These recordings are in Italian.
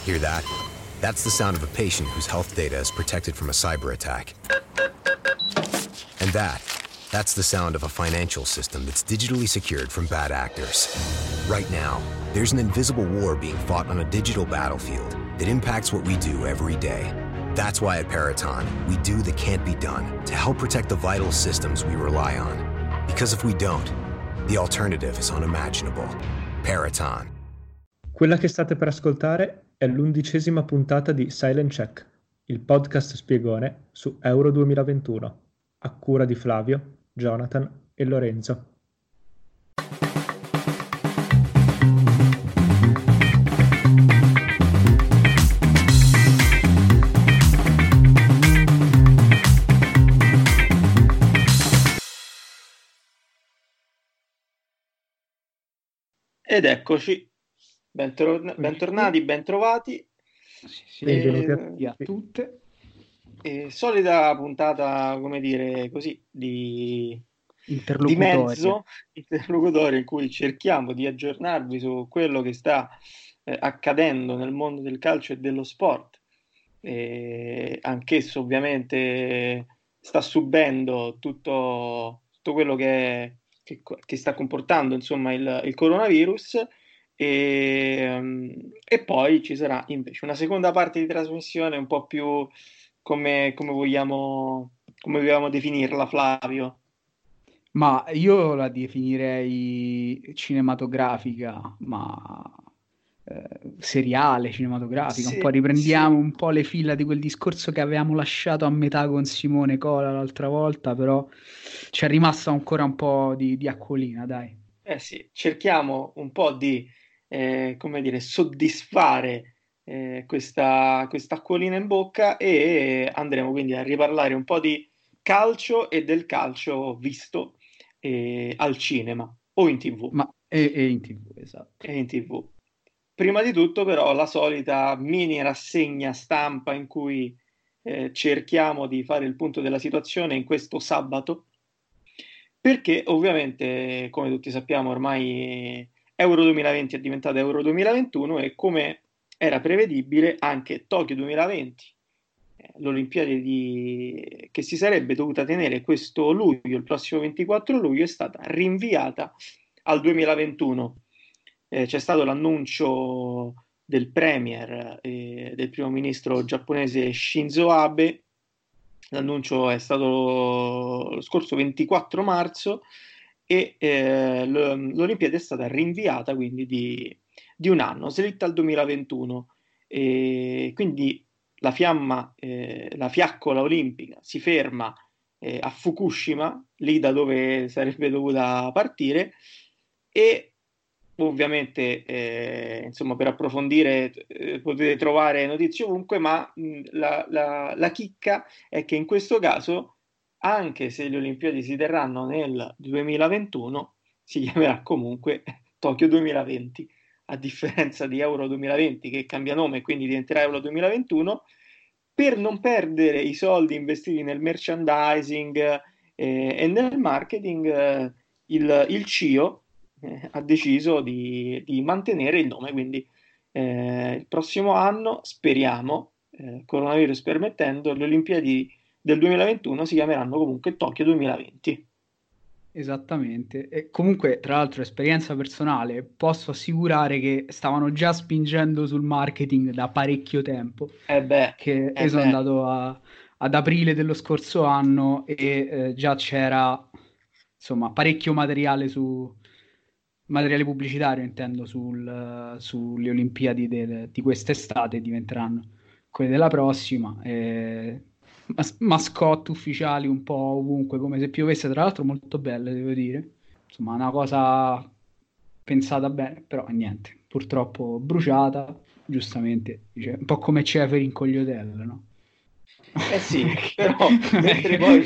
Hear that? That's the sound of a patient whose health data is protected from a cyber attack. And that's the sound of a financial system that's digitally secured from bad actors. Right now, there's an invisible war being fought on a digital battlefield that impacts what we do every day. That's why at Peraton, we do the can't be done to help protect the vital systems we rely on. Because if we don't, the alternative is unimaginable. Peraton. Quella che state per ascoltare è l'11ª puntata di Silent Check, il podcast spiegone su Euro 2021, a cura di Flavio, Jonathan e Lorenzo. Ed eccoci, bentornati, bentrovati. Benvenuti a tutte. Solita puntata, come dire così, di mezzo interlocutorio in cui cerchiamo di aggiornarvi su quello che sta accadendo nel mondo del calcio e dello sport. Anch'esso ovviamente sta subendo tutto quello che sta comportando, insomma, il coronavirus. E poi ci sarà invece una seconda parte di trasmissione un po' più come vogliamo definirla, Flavio? Ma io la definirei cinematografica, ma seriale, cinematografica. Sì, un po' riprendiamo sì. un po' le fila di quel discorso che avevamo lasciato a metà con Simone Cola l'altra volta, però c'è rimasta ancora un po' di acquolina, dai. Sì, cerchiamo un po' di come dire, soddisfare questa acquolina in bocca e andremo quindi a riparlare un po' di calcio e del calcio visto al cinema o in TV. E in TV, esatto. E in TV. Prima di tutto, però, la solita mini rassegna stampa in cui cerchiamo di fare il punto della situazione in questo sabato, perché ovviamente, come tutti sappiamo, ormai Euro 2020 è diventato Euro 2021 e come era prevedibile anche Tokyo 2020, l'Olimpiade che si sarebbe dovuta tenere questo luglio, il prossimo 24 luglio, è stata rinviata al 2021. C'è stato l'annuncio del premier e del primo ministro giapponese Shinzo Abe. L'annuncio è stato lo scorso 24 marzo e l'Olimpiade è stata rinviata quindi di un anno, slitta al 2021. E quindi la fiaccola olimpica si ferma a Fukushima, lì da dove sarebbe dovuta partire, e ovviamente, insomma, per approfondire potete trovare notizie ovunque, ma la chicca è che in questo caso, anche se le Olimpiadi si terranno nel 2021, si chiamerà comunque Tokyo 2020, a differenza di Euro 2020 che cambia nome e quindi diventerà Euro 2021, per non perdere i soldi investiti nel merchandising e nel marketing, il CIO ha deciso di mantenere il nome, quindi il prossimo anno speriamo, coronavirus permettendo, le Olimpiadi del 2021 si chiameranno comunque Tokyo 2020. Esattamente. E comunque, tra l'altro, esperienza personale, posso assicurare che stavano già spingendo sul marketing da parecchio tempo. Che io sono andato ad aprile dello scorso anno e già c'era, insomma, parecchio materiale materiale pubblicitario, intendo, sulle Olimpiadi di quest'estate, diventeranno quelle della prossima. Mascotte ufficiali un po' ovunque, come se piovesse, tra l'altro molto belle, devo dire. Insomma, una cosa pensata bene, però niente, purtroppo bruciata, giustamente, dice, un po' come Ceferin con gli hotel, no? Sì, però mentre poi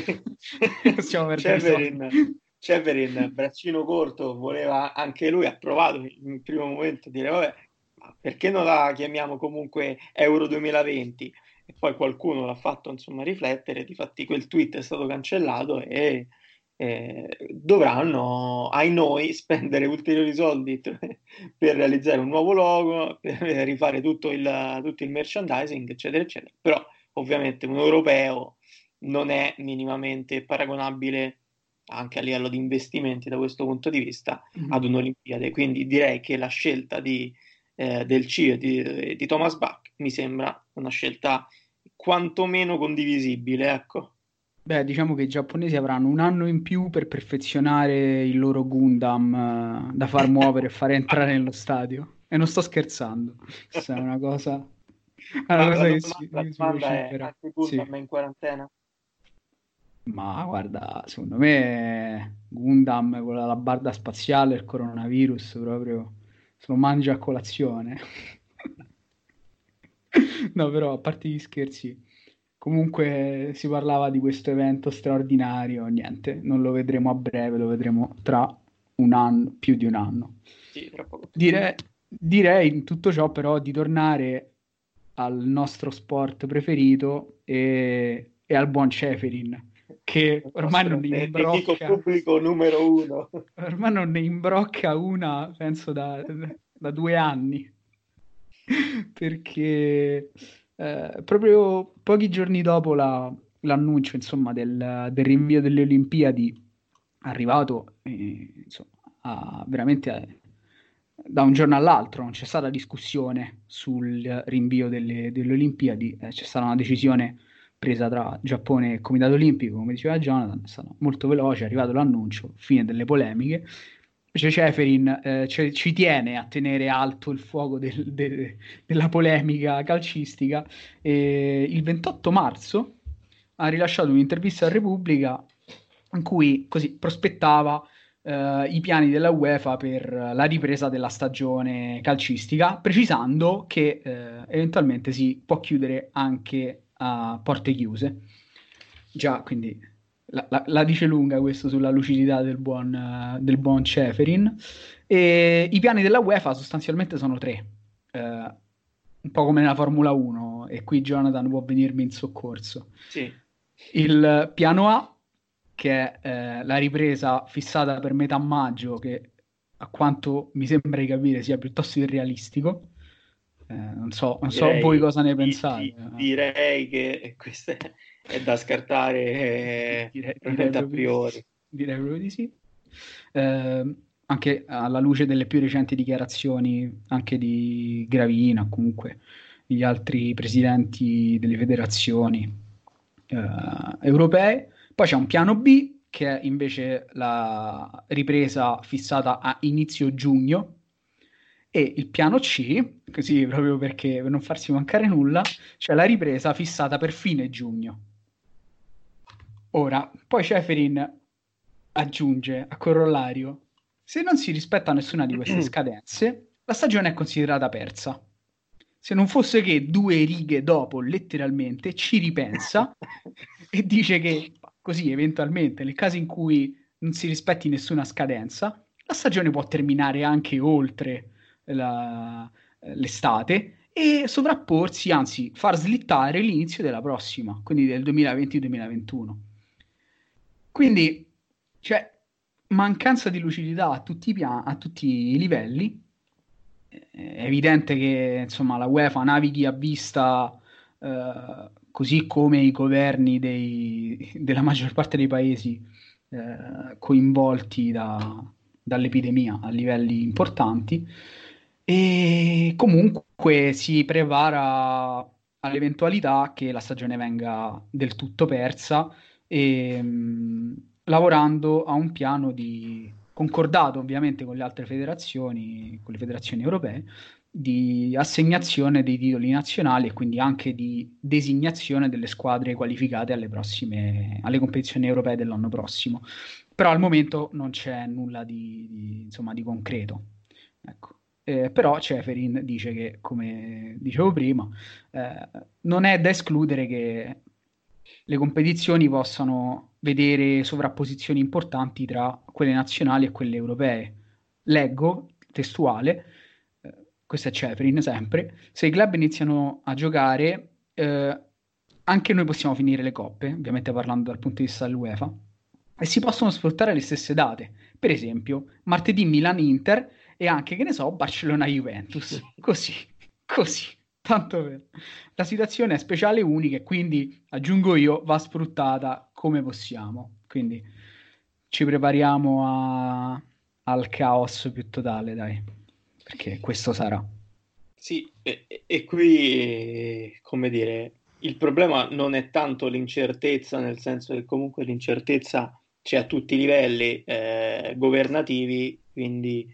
Ceferin, braccino corto, voleva anche lui, ha provato in primo momento a dire vabbè, ma perché non la chiamiamo comunque Euro 2020? E poi qualcuno l'ha fatto, insomma, riflettere, difatti quel tweet è stato cancellato e dovranno, ai noi, spendere ulteriori soldi per realizzare un nuovo logo, per rifare tutto il merchandising, eccetera, eccetera. Però ovviamente un europeo non è minimamente paragonabile anche a livello di investimenti da questo punto di vista ad un'Olimpiade. Quindi direi che la scelta del CIO di Thomas Bach mi sembra una scelta quantomeno condivisibile, ecco. Beh, diciamo che i giapponesi avranno un anno in più per perfezionare il loro Gundam da far muovere e far entrare nello stadio. E non sto scherzando, questa è una cosa che si vociferà. Anche Gundam è in quarantena? Ma guarda, secondo me Gundam con la barda spaziale, il coronavirus proprio se lo mangia a colazione. No, però a parte gli scherzi, comunque si parlava di questo evento straordinario, niente, non lo vedremo a breve, lo vedremo tra un anno, più di un anno. Sì, tra poco. Direi in tutto ciò però di tornare al nostro sport preferito e al buon Ceferin, che ormai non ne imbrocca pubblico numero uno. Ormai non ne imbrocca una, penso, da 2 anni. Perché proprio pochi giorni dopo l'annuncio, insomma, del rinvio delle Olimpiadi, arrivato insomma, veramente da un giorno all'altro, non c'è stata discussione sul rinvio delle Olimpiadi, c'è stata una decisione presa tra Giappone e Comitato Olimpico, come diceva Jonathan, è stato molto veloce, è arrivato l'annuncio, fine delle polemiche. Invece Ceferin ci tiene a tenere alto il fuoco della polemica calcistica e il 28 marzo ha rilasciato un'intervista a Repubblica in cui così prospettava i piani della UEFA per la ripresa della stagione calcistica, precisando che eventualmente si può chiudere anche a porte chiuse. Già, quindi la dice lunga questo sulla lucidità del buon Ceferin. E i piani della UEFA sostanzialmente sono 3, un po' come nella Formula 1, e qui Jonathan può venirmi in soccorso. Sì. Il piano A, che è la ripresa fissata per metà maggio, che a quanto mi sembra di capire sia piuttosto irrealistico. Non so voi cosa ne pensate. Direi che questo è da scartare direi a priori. Direi proprio di sì. Anche alla luce delle più recenti dichiarazioni anche di Gravina, comunque gli altri presidenti delle federazioni europee. Poi c'è un piano B, che è invece la ripresa fissata a inizio giugno, e il piano C, così proprio perché per non farsi mancare nulla, c'è la ripresa fissata per fine giugno. Ora, poi Ceferin aggiunge a corollario: se non si rispetta nessuna di queste scadenze, la stagione è considerata persa. Se non fosse che 2 righe dopo, letteralmente, ci ripensa e dice che così, eventualmente, nel caso in cui non si rispetti nessuna scadenza, la stagione può terminare anche oltre l'estate e sovrapporsi, anzi far slittare l'inizio della prossima, quindi del 2020-2021. Quindi c'è mancanza di lucidità a tutti i livelli. È evidente che insomma la UEFA navighi a vista, così come i governi della maggior parte dei paesi coinvolti dall'epidemia a livelli importanti, e comunque si prepara all'eventualità che la stagione venga del tutto persa, e lavorando a un piano concordato ovviamente con le altre federazioni, con le federazioni europee, di assegnazione dei titoli nazionali e quindi anche di designazione delle squadre qualificate alle competizioni europee dell'anno prossimo. Però al momento non c'è nulla di concreto. Ecco. Però Ceferin dice che, come dicevo prima, non è da escludere che le competizioni possano vedere sovrapposizioni importanti tra quelle nazionali e quelle europee. Leggo, testuale, questo è Ceferin sempre: se i club iniziano a giocare, anche noi possiamo finire le coppe, ovviamente parlando dal punto di vista dell'UEFA, e si possono sfruttare le stesse date. Per esempio, martedì Milan-Inter e anche, che ne so, Barcellona-Juventus. Così, così, tanto per... La situazione è speciale e unica e quindi, aggiungo io, va sfruttata come possiamo. Quindi ci prepariamo al caos più totale, dai, perché questo sarà. Sì, e qui, come dire, il problema non è tanto l'incertezza, nel senso che comunque l'incertezza c'è a tutti i livelli governativi, quindi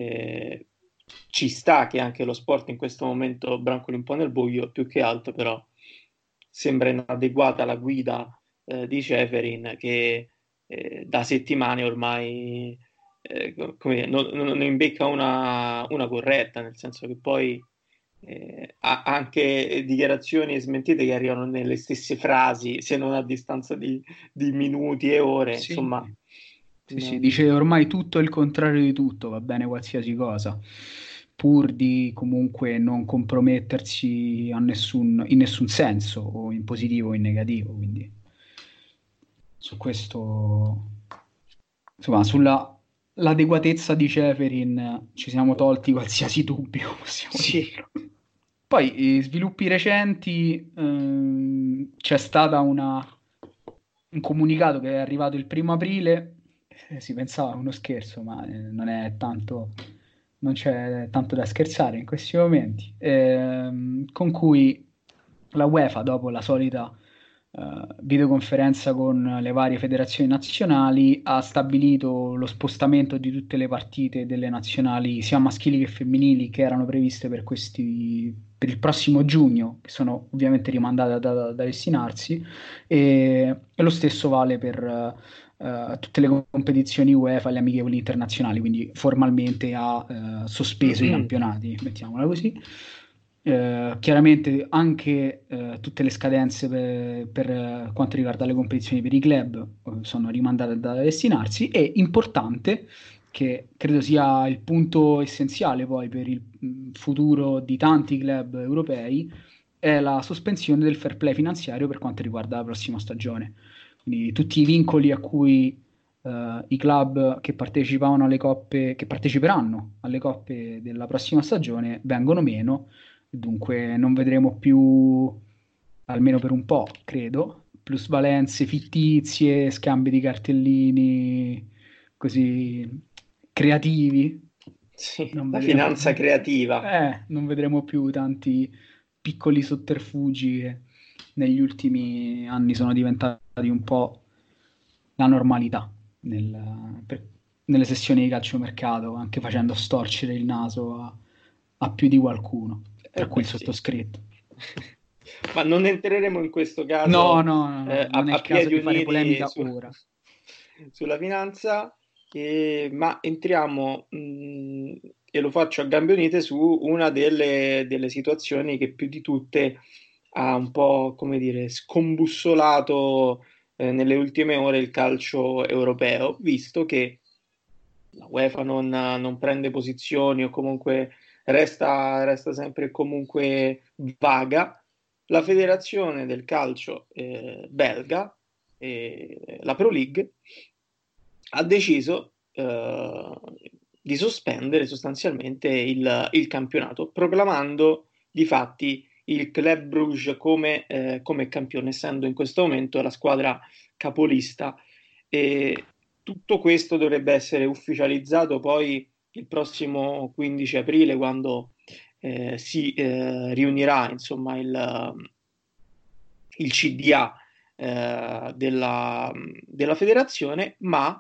ci sta che anche lo sport in questo momento brancoli un po' nel buio, più che altro però sembra inadeguata la guida di Ceferin che da settimane ormai come dire, non imbecca una corretta, nel senso che poi ha anche dichiarazioni e smentite che arrivano nelle stesse frasi, se non a distanza di minuti e ore, Sì. insomma. Sì, dice ormai tutto è il contrario di tutto, va bene qualsiasi cosa, pur di comunque non compromettersi in nessun senso, o in positivo o in negativo. Quindi su questo, insomma, sull'adeguatezza di Ceferin ci siamo tolti qualsiasi dubbio, possiamo dirlo. Poi, sviluppi recenti, c'è stata un comunicato che è arrivato il 1° aprile, si pensava a uno scherzo, ma non c'è tanto da scherzare in questi momenti, con cui la UEFA, dopo la solita videoconferenza con le varie federazioni nazionali, ha stabilito lo spostamento di tutte le partite delle nazionali, sia maschili che femminili, che erano previste per il prossimo giugno, che sono ovviamente rimandate da destinarsi, e lo stesso vale per tutte le competizioni UEFA e le amichevoli internazionali, quindi formalmente ha sospeso i campionati, mettiamola così. Chiaramente anche tutte le scadenze per quanto riguarda le competizioni per i club sono rimandate da destinarsi, e importante, che credo sia il punto essenziale poi per il futuro di tanti club europei, è la sospensione del fair play finanziario per quanto riguarda la prossima stagione. Quindi tutti i vincoli a cui i club che partecipavano alle coppe, che parteciperanno alle coppe della prossima stagione, vengono meno. Dunque non vedremo più, almeno per un po', credo, plusvalenze fittizie, scambi di cartellini così creativi. Sì, la finanza creativa. Non vedremo più tanti piccoli sotterfugi che negli ultimi anni sono diventati un po' la normalità nelle sessioni di calciomercato, anche facendo storcere il naso a più di qualcuno, tra cui il sottoscritto. Ma non entreremo in questo caso no, non è il caso di fare polemica ora. Sulla finanza, ma entriamo, e lo faccio a gambe unite, su una delle situazioni che più di tutte ha un po', come dire, scombussolato nelle ultime ore il calcio europeo, visto che la UEFA non prende posizioni o comunque resta sempre comunque vaga. La federazione del calcio belga, la Pro League, ha deciso di sospendere sostanzialmente il campionato, proclamando di fatti il Club Brugge come campione, essendo in questo momento la squadra capolista. E tutto questo dovrebbe essere ufficializzato poi il prossimo 15 aprile, quando si riunirà, insomma, il CDA della federazione, ma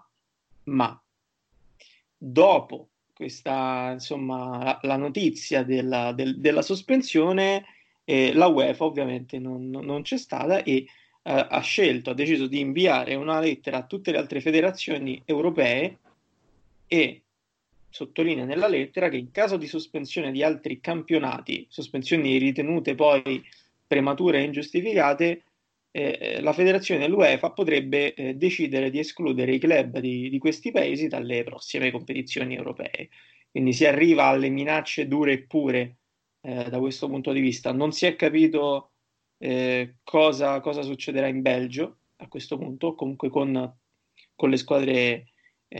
dopo questa, insomma, la notizia della sospensione, la UEFA ovviamente non c'è stata e ha deciso di inviare una lettera a tutte le altre federazioni europee e sottolinea nella lettera che in caso di sospensione di altri campionati, sospensioni ritenute poi premature e ingiustificate, la federazione dell'UEFA potrebbe decidere di escludere i club di questi paesi dalle prossime competizioni europee. Quindi si arriva alle minacce dure e pure da questo punto di vista. Non si è capito cosa succederà in Belgio a questo punto, comunque con con le squadre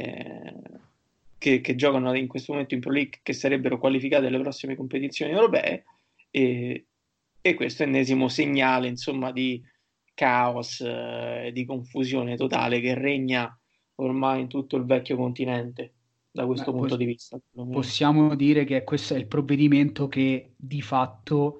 che giocano in questo momento in Pro League, che sarebbero qualificate alle prossime competizioni europee, e questo ennesimo segnale, insomma, di caos, di confusione totale che regna ormai in tutto il vecchio continente da questo punto di vista. Possiamo dire che questo è il provvedimento che di fatto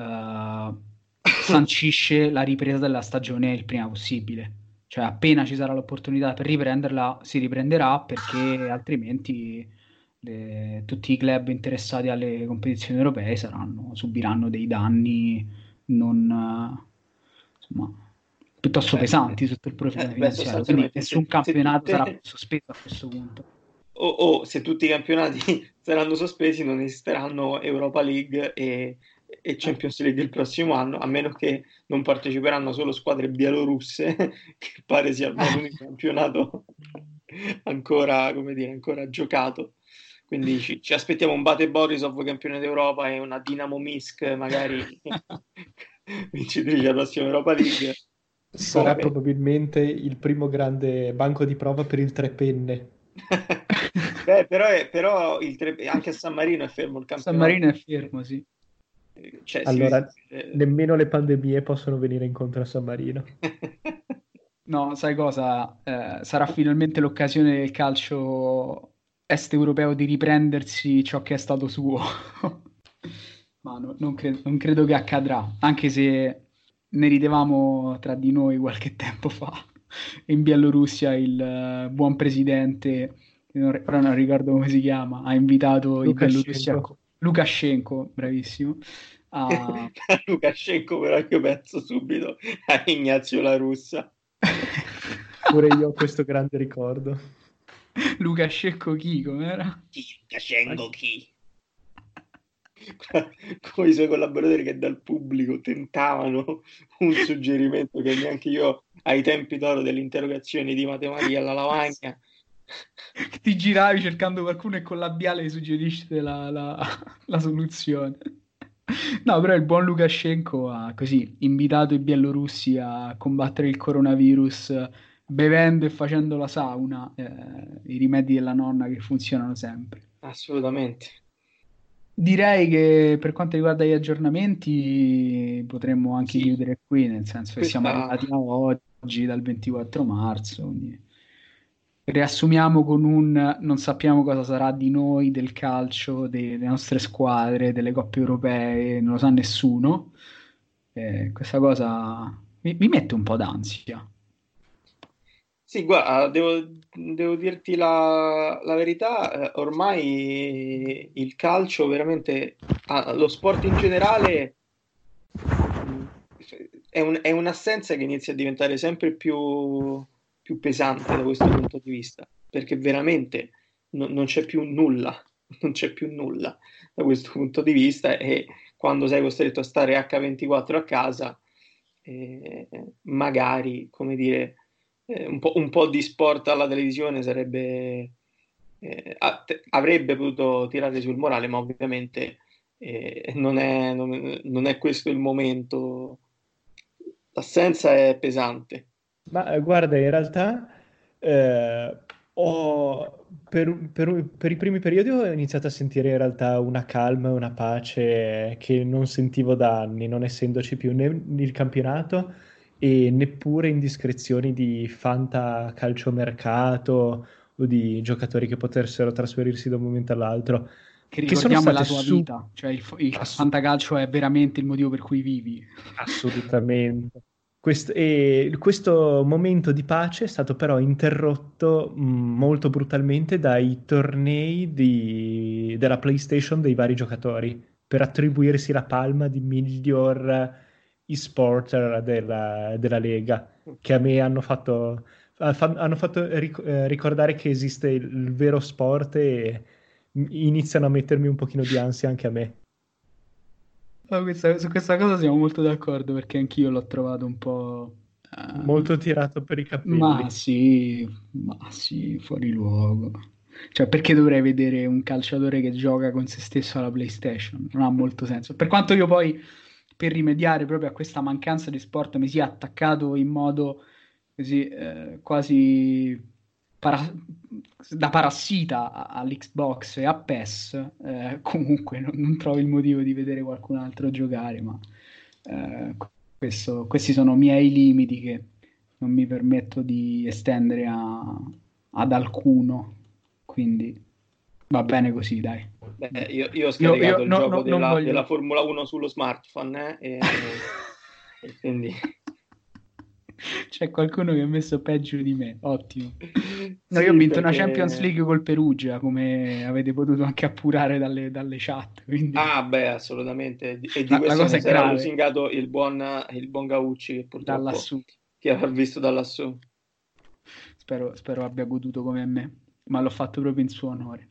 sancisce la ripresa della stagione il prima possibile. Cioè appena ci sarà l'opportunità per riprenderla, si riprenderà, perché altrimenti tutti i club interessati alle competizioni europee subiranno dei danni non, insomma, piuttosto pesanti sotto il profilo finanziario. Quindi nessun campionato sarà sospeso a questo punto. O se tutti i campionati saranno sospesi, non esisteranno Europa League e Champions League il prossimo anno, a meno che non parteciperanno solo squadre bielorusse, che pare sia l'unico campionato ancora, come dire, ancora giocato. Quindi ci aspettiamo un Bate Borisov campione d'Europa e una Dinamo Minsk magari vincitrice della prossima Europa League. Sarà probabilmente il primo grande banco di prova per il tre penne. Beh, però anche a San Marino è fermo il campionato. San Marino è fermo, sì. Cioè, allora, nemmeno le pandemie possono venire incontro a San Marino. No, sai cosa? Sarà finalmente l'occasione del calcio est europeo di riprendersi ciò che è stato suo. Ma non credo che accadrà, anche se ne ridevamo tra di noi qualche tempo fa. In Bielorussia il buon presidente, però non ricordo come si chiama, ha invitato i bielorussi a Lukashenko, bravissimo. Lukashenko, però io penso subito a Ignazio La Russa. Pure io ho questo grande ricordo. Lukashenko chi? Com'era? Lukashenko chi? Con i suoi collaboratori che dal pubblico tentavano un suggerimento che neanche io ai tempi d'oro delle interrogazioni di matematica alla lavagna. Ti giravi cercando qualcuno e con labiale suggerisce la soluzione. No, però il buon Lukashenko ha così invitato i bielorussi a combattere il coronavirus bevendo e facendo la sauna, i rimedi della nonna che funzionano sempre. Assolutamente. Direi che per quanto riguarda gli aggiornamenti potremmo anche chiudere qui, nel senso che siamo arrivati a oggi, dal 24 marzo, quindi riassumiamo con non sappiamo cosa sarà di noi, del calcio, delle nostre squadre, delle coppe europee, non lo sa nessuno. Questa cosa mi mette un po' d'ansia. Sì, guarda, devo dirti la verità, ormai il calcio veramente, lo sport in generale è un'assenza che inizia a diventare sempre più pesante da questo punto di vista, perché veramente non c'è più nulla, non c'è più nulla da questo punto di vista, e quando sei costretto a stare H24 a casa, magari, come dire, un po' di sport alla televisione avrebbe potuto tirare sul morale, ma ovviamente non è questo il momento. L'assenza è pesante. Ma guarda, in realtà per i primi periodi ho iniziato a sentire in realtà una calma e una pace che non sentivo da anni, non essendoci più né il campionato e neppure indiscrezioni di fantacalciomercato o di giocatori che potessero trasferirsi da un momento all'altro. Che ricordiamo è la tua vita, cioè il fantacalcio è veramente il motivo per cui vivi. Assolutamente. Questo momento di pace è stato però interrotto molto brutalmente dai tornei della PlayStation dei vari giocatori per attribuirsi la palma di miglior e-sporter della Lega, che a me hanno fatto ricordare che esiste il vero sport e iniziano a mettermi un pochino di ansia anche a me. Su questa cosa siamo molto d'accordo, perché anch'io l'ho trovato un po'... molto tirato per i capelli. Ma sì, fuori luogo. Cioè, perché dovrei vedere un calciatore che gioca con se stesso alla PlayStation? Non ha molto senso. Per quanto io poi, per rimediare proprio a questa mancanza di sport, mi sia attaccato in modo così quasi da parassita all'Xbox e a PES, comunque non trovo il motivo di vedere qualcun altro giocare, ma questi sono miei limiti che non mi permetto di estendere ad alcuno, quindi va bene così, dai. Beh, io ho scaricato il gioco della Formula 1 sullo smartphone, e quindi... C'è qualcuno che ha messo peggio di me, ottimo. No, Sì, io ho vinto perché... una Champions League col Perugia, come avete potuto anche appurare dalle chat. Quindi... Ah, beh, assolutamente. E di la questo cosa ne è sarà grave. lusingato il buon Gaucci, che purtroppo Da lassù. ti avrà visto da lassù. Spero abbia goduto come me, ma l'ho fatto proprio in suo onore.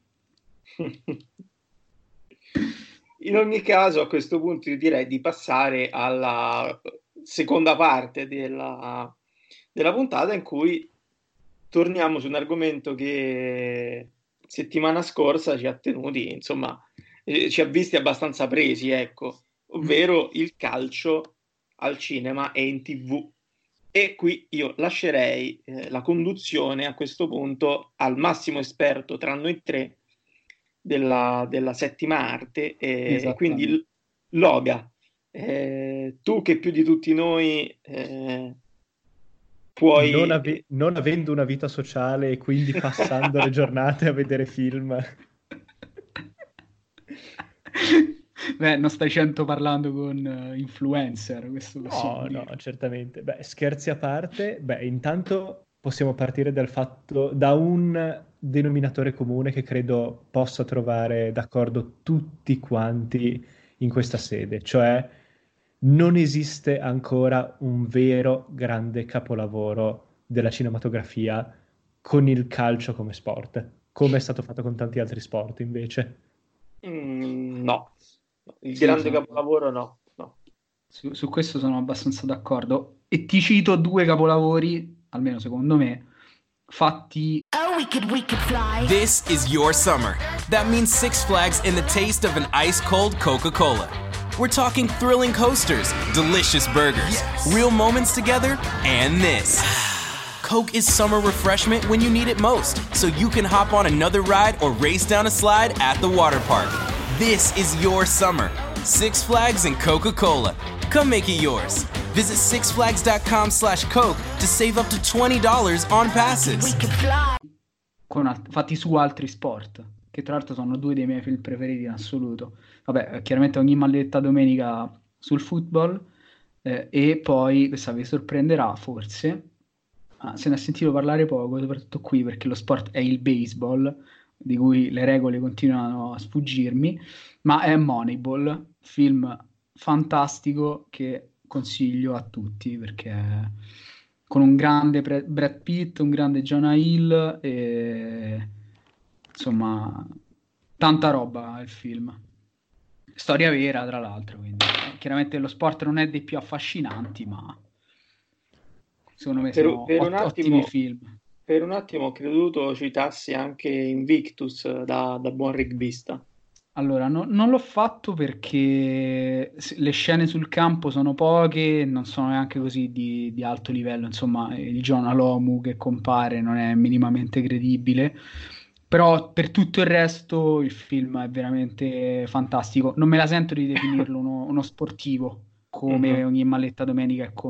In ogni caso, a questo punto io direi di passare alla seconda parte della puntata, in cui torniamo su un argomento che settimana scorsa ci ha tenuti, insomma, ci ha visti abbastanza presi, ecco, ovvero il calcio al cinema e in TV. E qui io lascerei la conduzione a questo punto al massimo esperto tra noi tre della settima arte, e quindi Loga, tu che più di tutti noi puoi... Non avendo una vita sociale e quindi passando le giornate a vedere film... Beh, non stai certo parlando con influencer, questo No, certamente. Beh, scherzi a parte, intanto possiamo partire da un denominatore comune che credo possa trovare d'accordo tutti quanti in questa sede, cioè non esiste ancora un vero grande capolavoro della cinematografia con il calcio come sport, come è stato fatto con tanti altri sport invece. No, il grande capolavoro no. Su questo sono abbastanza d'accordo. E ti cito due capolavori, almeno secondo me, fatti... Oh, we could fly. This is your summer. That means Six Flags and the taste of an ice-cold Coca-Cola. We're talking thrilling coasters, delicious burgers, real moments together, and this. Coke is summer refreshment when you need it most, so you can hop on another ride or race down a slide at the water park. This is your summer. Six Flags and Coca-Cola. Come make it yours. Visit sixflags.com/Coke to save up to $20 on passes. Fatti su altri sport, che tra l'altro sono due dei miei film preferiti in assoluto. Vabbè, chiaramente ogni maledetta domenica sul football, e poi, questa vi sorprenderà forse, se ne ha sentito parlare poco, soprattutto qui, perché lo sport è il baseball, di cui le regole continuano a sfuggirmi, ma è Moneyball, film fantastico che consiglio a tutti, perché con un grande Brad Pitt, un grande Jonah Hill, e insomma tanta roba il film. Storia vera, tra l'altro, quindi chiaramente lo sport non è dei più affascinanti, ma secondo me sono ottimi film. Per un attimo ho creduto citassi anche Invictus da buon rugbista. Allora, non l'ho fatto perché le scene sul campo sono poche, non sono neanche così di alto livello, insomma, il Jonah Lomu che compare non è minimamente credibile, però per tutto il resto il film è veramente fantastico. Non me la sento di definirlo uno sportivo, come ogni maletta domenica e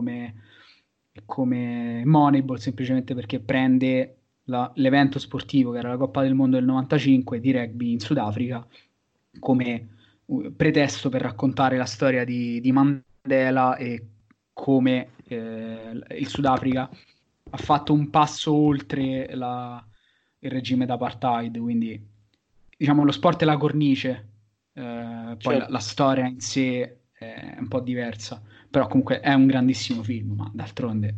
come Moneyball, semplicemente perché prende l'evento sportivo che era la Coppa del Mondo del 95 di rugby in Sudafrica come pretesto per raccontare la storia di Mandela e come il Sudafrica ha fatto un passo oltre il regime d'apartheid, quindi diciamo lo sport è la cornice, poi la storia in sé è un po' diversa, però comunque è un grandissimo film, ma d'altronde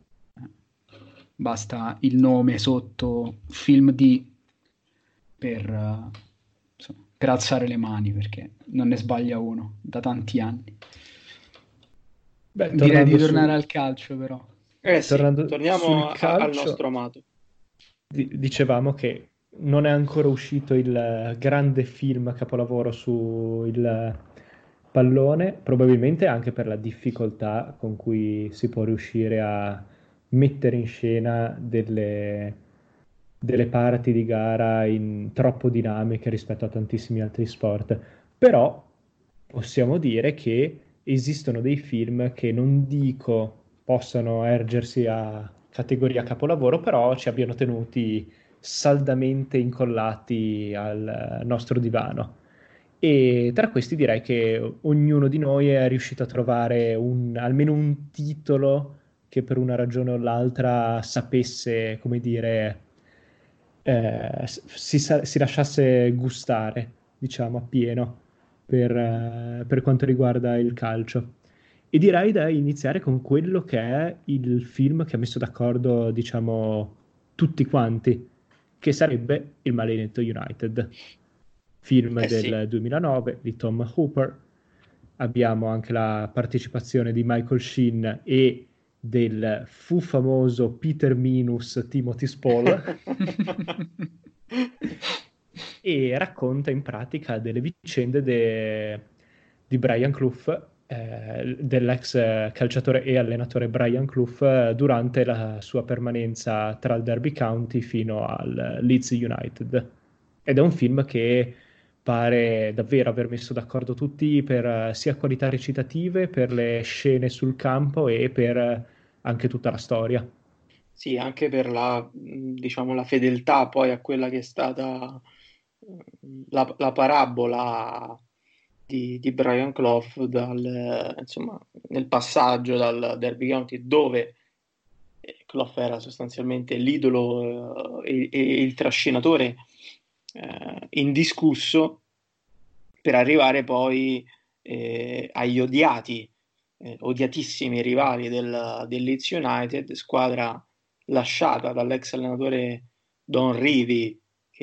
basta il nome sotto film per alzare le mani, perché non ne sbaglia uno da tanti anni. Direi di tornare al calcio, però. Torniamo al nostro amato. Dicevamo che non è ancora uscito il grande film capolavoro sul pallone, probabilmente anche per la difficoltà con cui si può riuscire a mettere in scena delle parti di gara troppo dinamiche rispetto a tantissimi altri sport. Però possiamo dire che esistono dei film che non dico possano ergersi a categoria capolavoro, però ci abbiano tenuti saldamente incollati al nostro divano. E tra questi direi che ognuno di noi è riuscito a trovare almeno un titolo che per una ragione o l'altra sapesse, come dire, si lasciasse gustare, diciamo, appieno per quanto riguarda il calcio. E direi da iniziare con quello che è il film che ha messo d'accordo, diciamo, tutti quanti, che sarebbe Il Maledetto United, film del 2009 di Tom Hooper. Abbiamo anche la partecipazione di Michael Sheen e del fu famoso Peter Minus Timothy Spall e racconta in pratica delle vicende di Brian Clough, dell'ex calciatore e allenatore Brian Clough durante la sua permanenza tra il Derby County fino al Leeds United. Ed è un film che pare davvero aver messo d'accordo tutti per sia qualità recitative, per le scene sul campo e per anche tutta la storia. Sì, anche per diciamo, la fedeltà poi a quella che è stata la parabola di Brian Clough insomma, nel passaggio dal Derby County, dove Clough era sostanzialmente l'idolo e il trascinatore indiscusso, per arrivare poi agli odiatissimi rivali del Leeds United, squadra lasciata dall'ex allenatore Don Revie,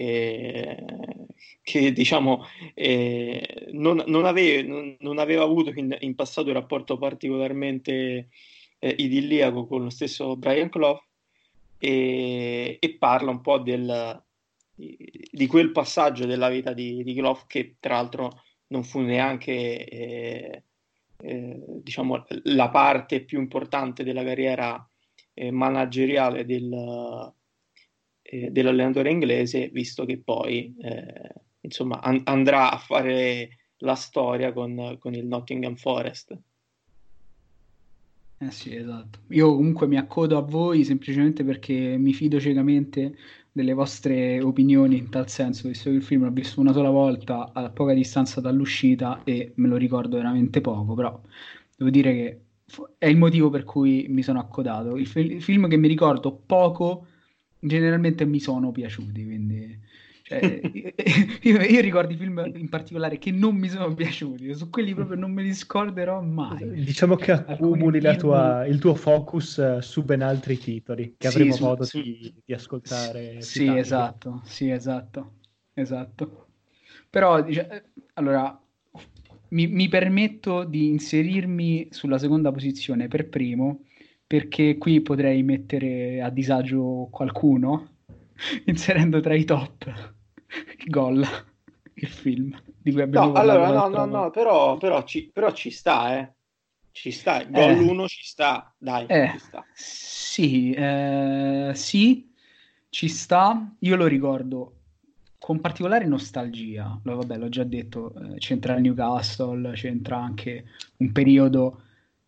che diciamo non aveva avuto in passato un rapporto particolarmente idilliaco con lo stesso Brian Clough, e parla un po' di quel passaggio della vita di Clough, che tra l'altro non fu neanche diciamo la parte più importante della carriera manageriale dell'allenatore inglese, visto che poi insomma andrà a fare la storia con il Nottingham Forest. Sì, esatto. Io comunque mi accodo a voi semplicemente perché mi fido ciecamente delle vostre opinioni in tal senso, visto che il film l'ho visto una sola volta a poca distanza dall'uscita e me lo ricordo veramente poco, però devo dire che è il motivo per cui mi sono accodato. Il film che mi ricordo poco, generalmente mi sono piaciuti, quindi io ricordo i film in particolare che non mi sono piaciuti, su quelli proprio non me li scorderò mai. Diciamo che accumuli il tuo focus su ben altri titoli che avremo modo di ascoltare. Sì, esatto, però allora mi permetto di inserirmi sulla seconda posizione per primo, perché qui potrei mettere a disagio qualcuno inserendo tra i top Gol, il film di cui abbiamo parlato. No, però ci sta, ci sta, Gol 1 ci sta, dai, ci sta. Sì, ci sta, io lo ricordo con particolare nostalgia, vabbè, l'ho già detto, c'entra il Newcastle, c'entra anche un periodo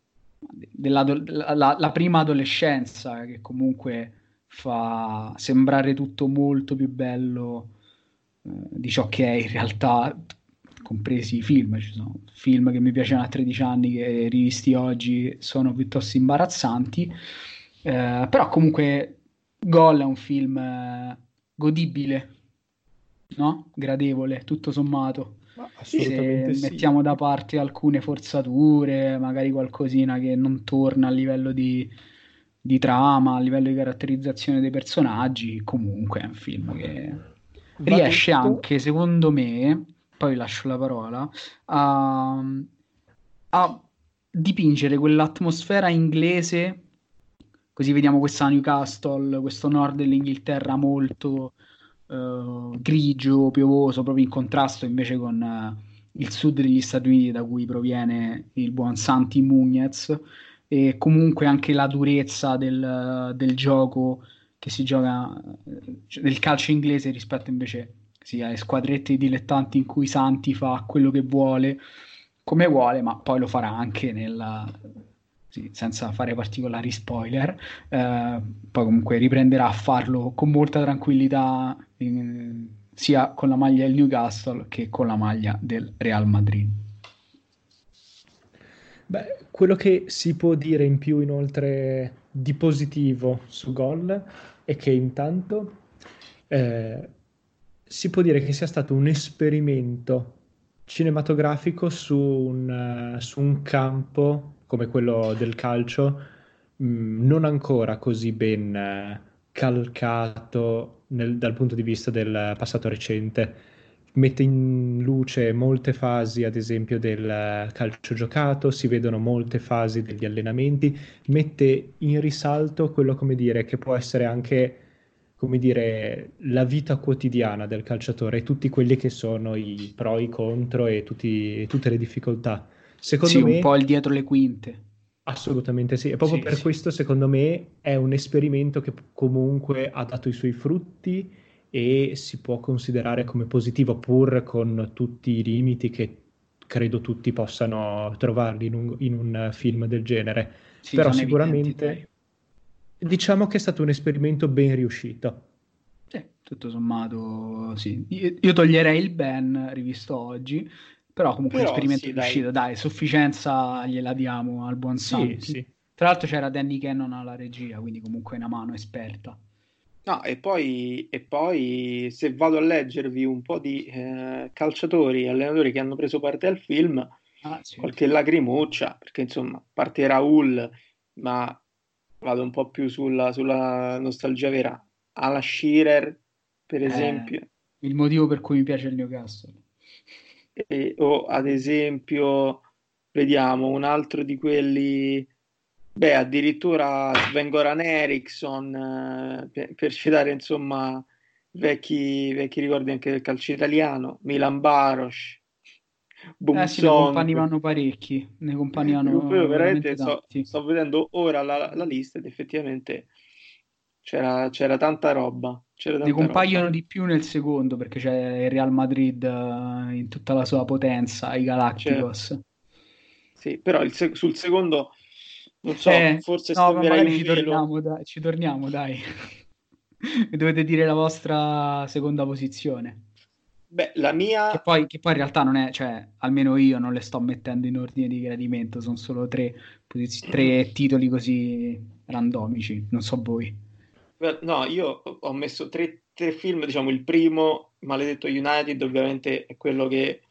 la prima adolescenza, che comunque fa sembrare tutto molto più bello di ciò che è in realtà, compresi i film. Ci sono film che mi piacevano a 13 anni che rivisti oggi sono piuttosto imbarazzanti, però comunque Gol è un film godibile, no? Gradevole, tutto sommato. Assolutamente se mettiamo da parte alcune forzature, magari qualcosina che non torna a livello di trama, a livello di caratterizzazione dei personaggi, comunque è un film che riesce anche, secondo me, poi lascio la parola, a dipingere quell'atmosfera inglese, così vediamo questa Newcastle, questo nord dell'Inghilterra molto grigio, piovoso, proprio in contrasto invece con il sud degli Stati Uniti, da cui proviene il buon Santi Muñez, e comunque anche la durezza del gioco che si gioca nel calcio inglese rispetto invece sì, alle squadrette dilettanti in cui Santi fa quello che vuole, come vuole, ma poi lo farà anche sì, senza fare particolari spoiler. Poi comunque riprenderà a farlo con molta tranquillità, sia con la maglia del Newcastle che con la maglia del Real Madrid. Beh, quello che si può dire in più inoltre di positivo su Gol è che intanto si può dire che sia stato un esperimento cinematografico su un campo come quello del calcio, non ancora così ben calcato dal punto di vista del passato recente. Mette in luce molte fasi, ad esempio, del calcio giocato, si vedono molte fasi degli allenamenti, mette in risalto quello, come dire, che può essere anche, come dire, la vita quotidiana del calciatore, tutti quelli che sono i pro, i contro e tutte le difficoltà. Secondo Sì, me, un po' il dietro le quinte. assolutamente sì. E proprio Sì, per sì. questo, secondo me, è un esperimento che comunque ha dato i suoi frutti e si può considerare come positivo, pur con tutti i limiti che credo tutti possano trovarli in un film del genere. Sì, Però sono evidenti, dai. sicuramente diciamo che è stato un esperimento ben riuscito. Sì, tutto sommato, sì. Io toglierei il Ben rivisto oggi, però comunque Però l'esperimento è sì, dai. riuscito, dai, sufficienza gliela diamo al buon Sì, Santi. sì. Tra l'altro c'era Danny Cannon alla regia, quindi comunque una mano esperta. No, e poi se vado a leggervi un po' di calciatori e allenatori che hanno preso parte al film, Ah, sì. qualche lacrimuccia, perché insomma, a parte Raul, ma vado un po' più sulla nostalgia vera. Alan Shearer, per esempio, Il motivo per cui mi piace il Newcastle. o ad esempio, vediamo, un altro di quelli, beh, addirittura Sven-Goran Eriksson, per citare insomma vecchi ricordi anche del calcio italiano, Milan Baros, Sì, ne Bumsong. companivano parecchi, ne Io companivano veramente veramente tanti. sto vedendo ora la lista ed effettivamente c'era tanta roba, c'era Ne tanta roba. compaiono di più nel secondo perché c'è il Real Madrid in tutta la sua potenza, i Certo, Galacticos. sì, però sul secondo, non so, forse No, ma stenderei magari un velo. ci torniamo, dai. Mi dovete dire la vostra seconda posizione. Beh, la Che mia, poi in realtà non è, cioè, almeno io non le sto mettendo in ordine di gradimento, sono solo tre titoli così randomici, non so voi. no, io ho messo tre film, diciamo, il primo, Maledetto United, ovviamente è quello che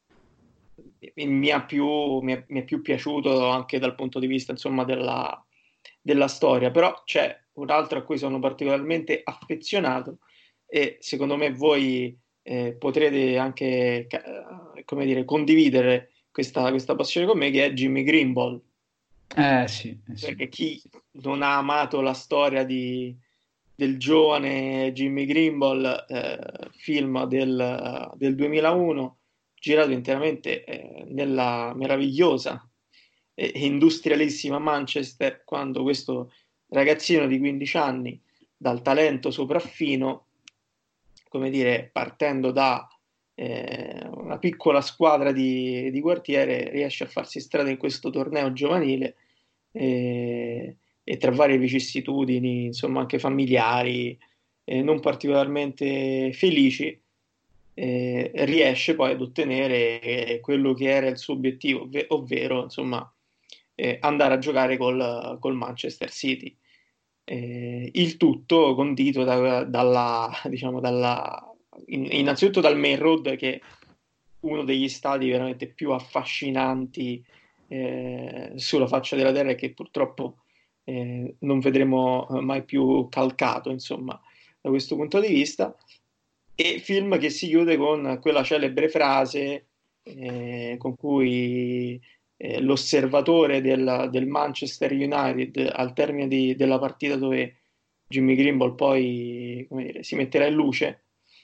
mi è più piaciuto anche dal punto di vista, insomma, della storia, però c'è un altro a cui sono particolarmente affezionato e secondo me voi potrete anche, come dire, condividere questa passione con me, che è Jimmy Greenball, Sì, sì. perché chi non ha amato la storia del giovane Jimmy Greenball, film del 2001, girato interamente nella meravigliosa e industrialissima Manchester, quando questo ragazzino di 15 anni, dal talento sopraffino, come dire, partendo da una piccola squadra di quartiere, riesce a farsi strada in questo torneo giovanile e tra varie vicissitudini, insomma, anche familiari, non particolarmente felici, riesce poi ad ottenere quello che era il suo obiettivo, ovvero, insomma, andare a giocare col Manchester City. Il tutto condito diciamo, innanzitutto dal Main Road, che è uno degli stadi veramente più affascinanti sulla faccia della terra e che purtroppo non vedremo mai più calcato, insomma, da questo punto di vista. E film che si chiude con quella celebre frase con cui l'osservatore del Manchester United al termine della partita, dove Jimmy Greenball poi, come dire, si metterà in luce,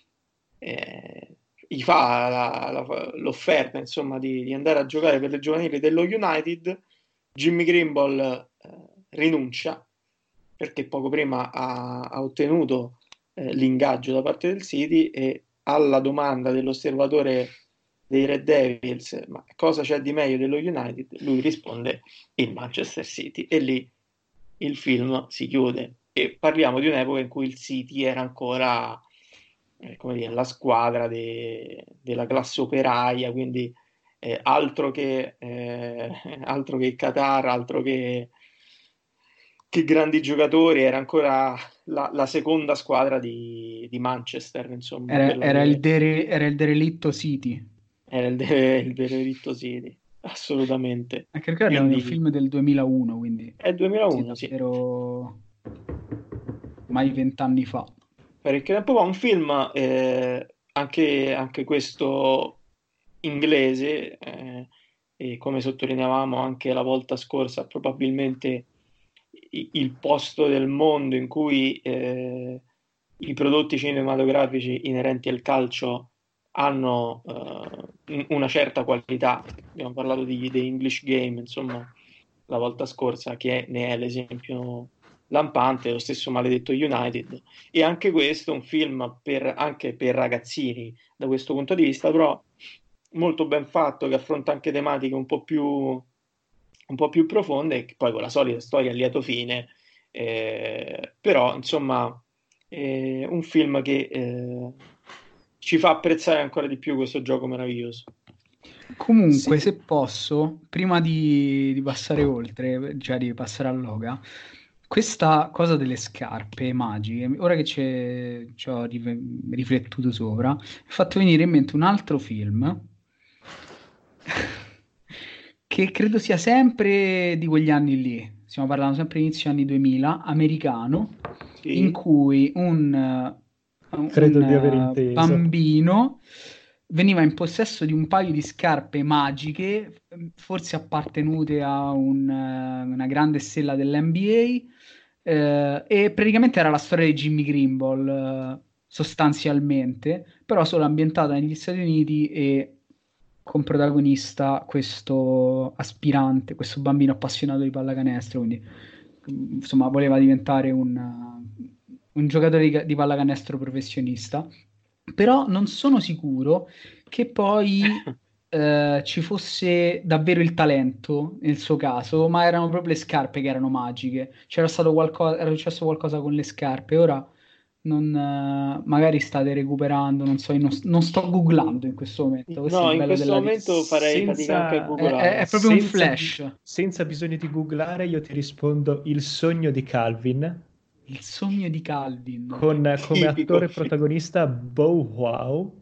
gli fa l'offerta, insomma, di andare a giocare per le giovanili dello United. Jimmy Greenball rinuncia perché poco prima ha ottenuto l'ingaggio da parte del City, e alla domanda dell'osservatore dei Red Devils, ma cosa c'è di meglio dello United, lui risponde il Manchester City, e lì il film si chiude. E parliamo di un'epoca in cui il City era ancora come dire, la squadra della classe operaia, quindi altro che Qatar, altro che grandi giocatori, era ancora la seconda squadra di Manchester, insomma. Era il derelitto City. Era il derelitto City, assolutamente. Anche perché era un film del 2001, quindi... È 2001, sì. Davvero mai 20 anni fa. Parecchio tempo fa, un film, anche questo inglese, e come sottolineavamo anche la volta scorsa, probabilmente il posto del mondo in cui i prodotti cinematografici inerenti al calcio hanno una certa qualità. Abbiamo parlato di The English Game, insomma, la volta scorsa, che ne è l'esempio lampante, lo stesso maledetto United, e anche questo è un film anche per ragazzini da questo punto di vista, però molto ben fatto, che affronta anche tematiche un po' più profonde, e che poi con la solita storia a lieto fine, però insomma un film che ci fa apprezzare ancora di più questo gioco meraviglioso. Comunque, se posso, prima di passare oltre, già di passare al Loga, questa cosa delle scarpe magiche, ora che ci ho riflettuto sopra, mi ha fatto venire in mente un altro film che credo sia sempre di quegli anni lì, stiamo parlando sempre inizio anni 2000, americano, Sì. in cui un Credo di aver inteso. bambino veniva in possesso di un paio di scarpe magiche, forse appartenute a una grande stella dell'NBA, e praticamente era la storia di Jimmy Greenball, sostanzialmente, però solo ambientata negli Stati Uniti e con protagonista questo aspirante, questo bambino appassionato di pallacanestro, quindi insomma voleva diventare un giocatore di pallacanestro professionista. Però non sono sicuro che poi ci fosse davvero il talento nel suo caso, ma erano proprio le scarpe che erano magiche. Era successo qualcosa con le scarpe. Ora magari state recuperando, non so, io non sto googlando in questo momento. Questo No, è il in bello questo momento farei fatica anche a googlare. È proprio un flash. Senza bisogno di googlare, io ti rispondo Il sogno di Calvin. Il sogno di Calvin. Con come attore protagonista Bow Wow,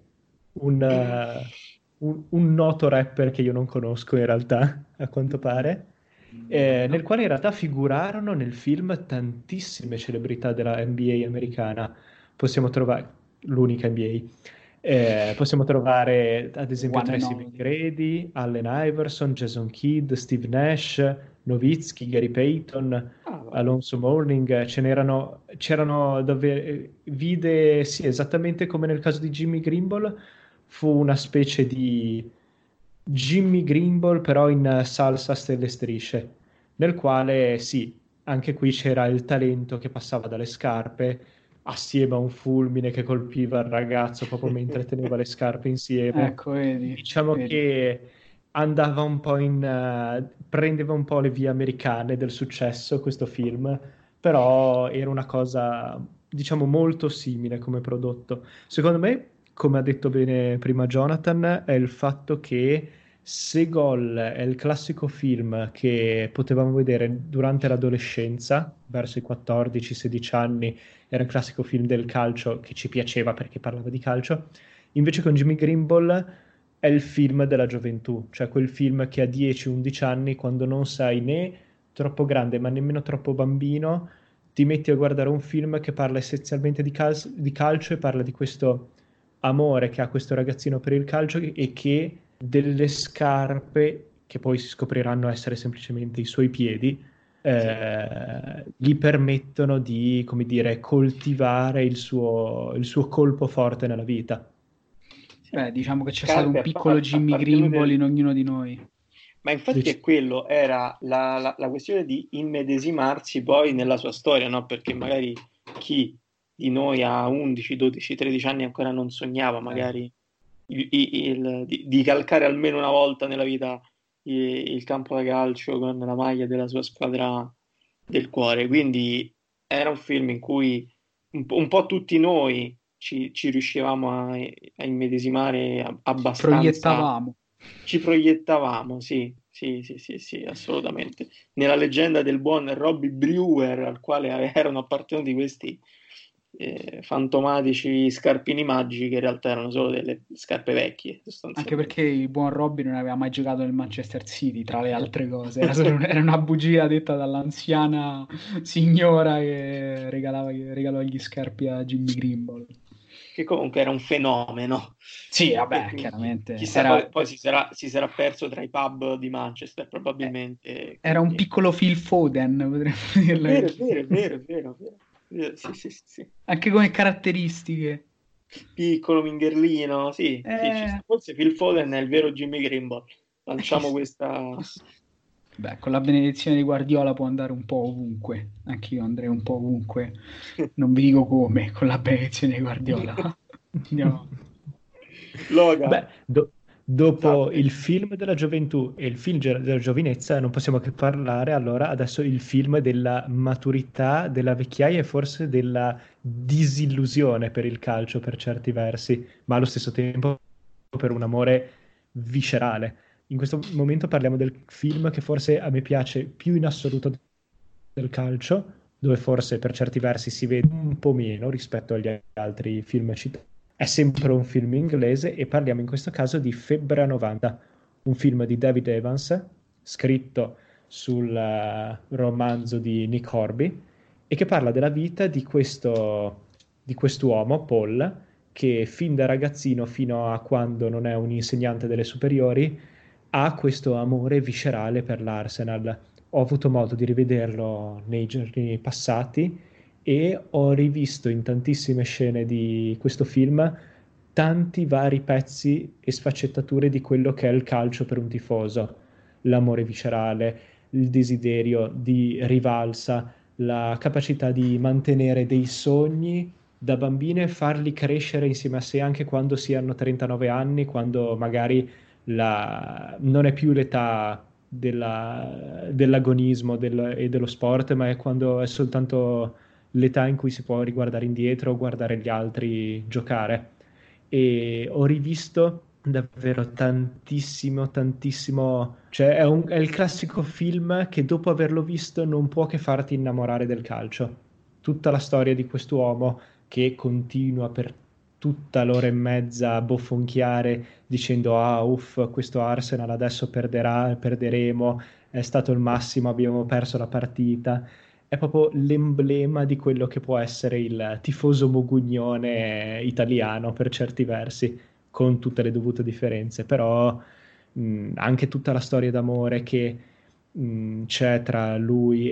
un noto rapper che io non conosco in realtà, a quanto pare, nel quale in realtà figurarono nel film tantissime celebrità della NBA americana. Possiamo trovare l'unica NBA. Possiamo trovare ad esempio Tracy McGrady, Allen Iverson, Jason Kidd, Steve Nash, Nowitzki, Gary Payton, Alonso Mourning. C'erano davvero vide, sì, esattamente come nel caso di Jimmy Greenball, fu una specie di Jimmy Greenball però in salsa stelle e strisce, nel quale sì, anche qui c'era il talento che passava dalle scarpe assieme a un fulmine che colpiva il ragazzo proprio mentre teneva le scarpe insieme. Ecco, vedi. Diciamo che andava un po' prendeva un po' le vie americane del successo questo film, però era una cosa, diciamo, molto simile come prodotto. Secondo me, come ha detto bene prima Jonathan, è il fatto che se Gol è il classico film che potevamo vedere durante l'adolescenza, verso i 14-16 anni, era il classico film del calcio che ci piaceva perché parlava di calcio, invece con Jimmy Greenball è il film della gioventù, cioè quel film che a 10-11 anni, quando non sei né troppo grande ma nemmeno troppo bambino, ti metti a guardare un film che parla essenzialmente di calcio e parla di questo amore che ha questo ragazzino per il calcio e che delle scarpe, che poi si scopriranno essere semplicemente i suoi piedi, gli permettono di, come dire, coltivare il suo colpo forte nella vita. Diciamo che c'è stato un piccolo Jimmy Greenball in ognuno di noi. Ma infatti è quello, era la questione di immedesimarsi poi nella sua storia, no? Perché magari chi di noi a 11, 12, 13 anni ancora non sognava magari di calcare almeno una volta nella vita il campo da calcio con la maglia della sua squadra del cuore. Quindi era un film in cui un po' tutti noi ci riuscivamo a immedesimare abbastanza. Ci proiettavamo, sì, assolutamente. Nella leggenda del buon Robbie Brewer, al quale erano appartenuti questi fantomatici scarpini magici che in realtà erano solo delle scarpe vecchie. Anche perché il buon Robbie non aveva mai giocato nel Manchester City, tra le altre cose. Era una bugia detta dall'anziana signora che regalò gli scarpi a Jimmy Greenball. Che comunque era un fenomeno. Sì, vabbè, chiaramente. Chissà, poi si sarà perso tra i pub di Manchester, probabilmente. Era un piccolo Phil Foden, potremmo dirlo. Vero. Sì. Anche come caratteristiche. Piccolo, mingherlino, sì. Forse Phil Foden è il vero Jimmy Greenball. Lanciamo questa... Beh, con la benedizione di Guardiola può andare un po' ovunque. Anch'io andrei un po' ovunque. Non vi dico come, con la benedizione di Guardiola. Andiamo. Beh, dopo il film della gioventù e il film della giovinezza non possiamo che parlare allora adesso il film della maturità, della vecchiaia e forse della disillusione per il calcio per certi versi, ma allo stesso tempo per un amore viscerale. In questo momento parliamo del film che forse a me piace più in assoluto del calcio, dove forse per certi versi si vede un po' meno rispetto agli altri film citati. È sempre un film inglese e parliamo in questo caso di Febbre 90, un film di David Evans, scritto sul romanzo di Nick Horby, e che parla della vita di quest'uomo, Paul, che fin da ragazzino, fino a quando non è un insegnante delle superiori, ha questo amore viscerale per l'Arsenal. Ho avuto modo di rivederlo nei giorni passati e ho rivisto in tantissime scene di questo film tanti vari pezzi e sfaccettature di quello che è il calcio per un tifoso. L'amore viscerale, il desiderio di rivalsa, la capacità di mantenere dei sogni da bambino e farli crescere insieme a sé anche quando si hanno 39 anni, quando magari non è più l'età dell'agonismo e dello sport, ma è quando è soltanto l'età in cui si può riguardare indietro o guardare gli altri giocare. E ho rivisto davvero tantissimo, cioè è il classico film che dopo averlo visto non può che farti innamorare del calcio. Tutta la storia di quest'uomo che continua per tutta l'ora e mezza a bofonchiare dicendo questo Arsenal adesso perderemo, è stato il massimo, abbiamo perso la partita. È proprio l'emblema di quello che può essere il tifoso mogugnone italiano per certi versi, con tutte le dovute differenze, però anche tutta la storia d'amore che c'è tra lui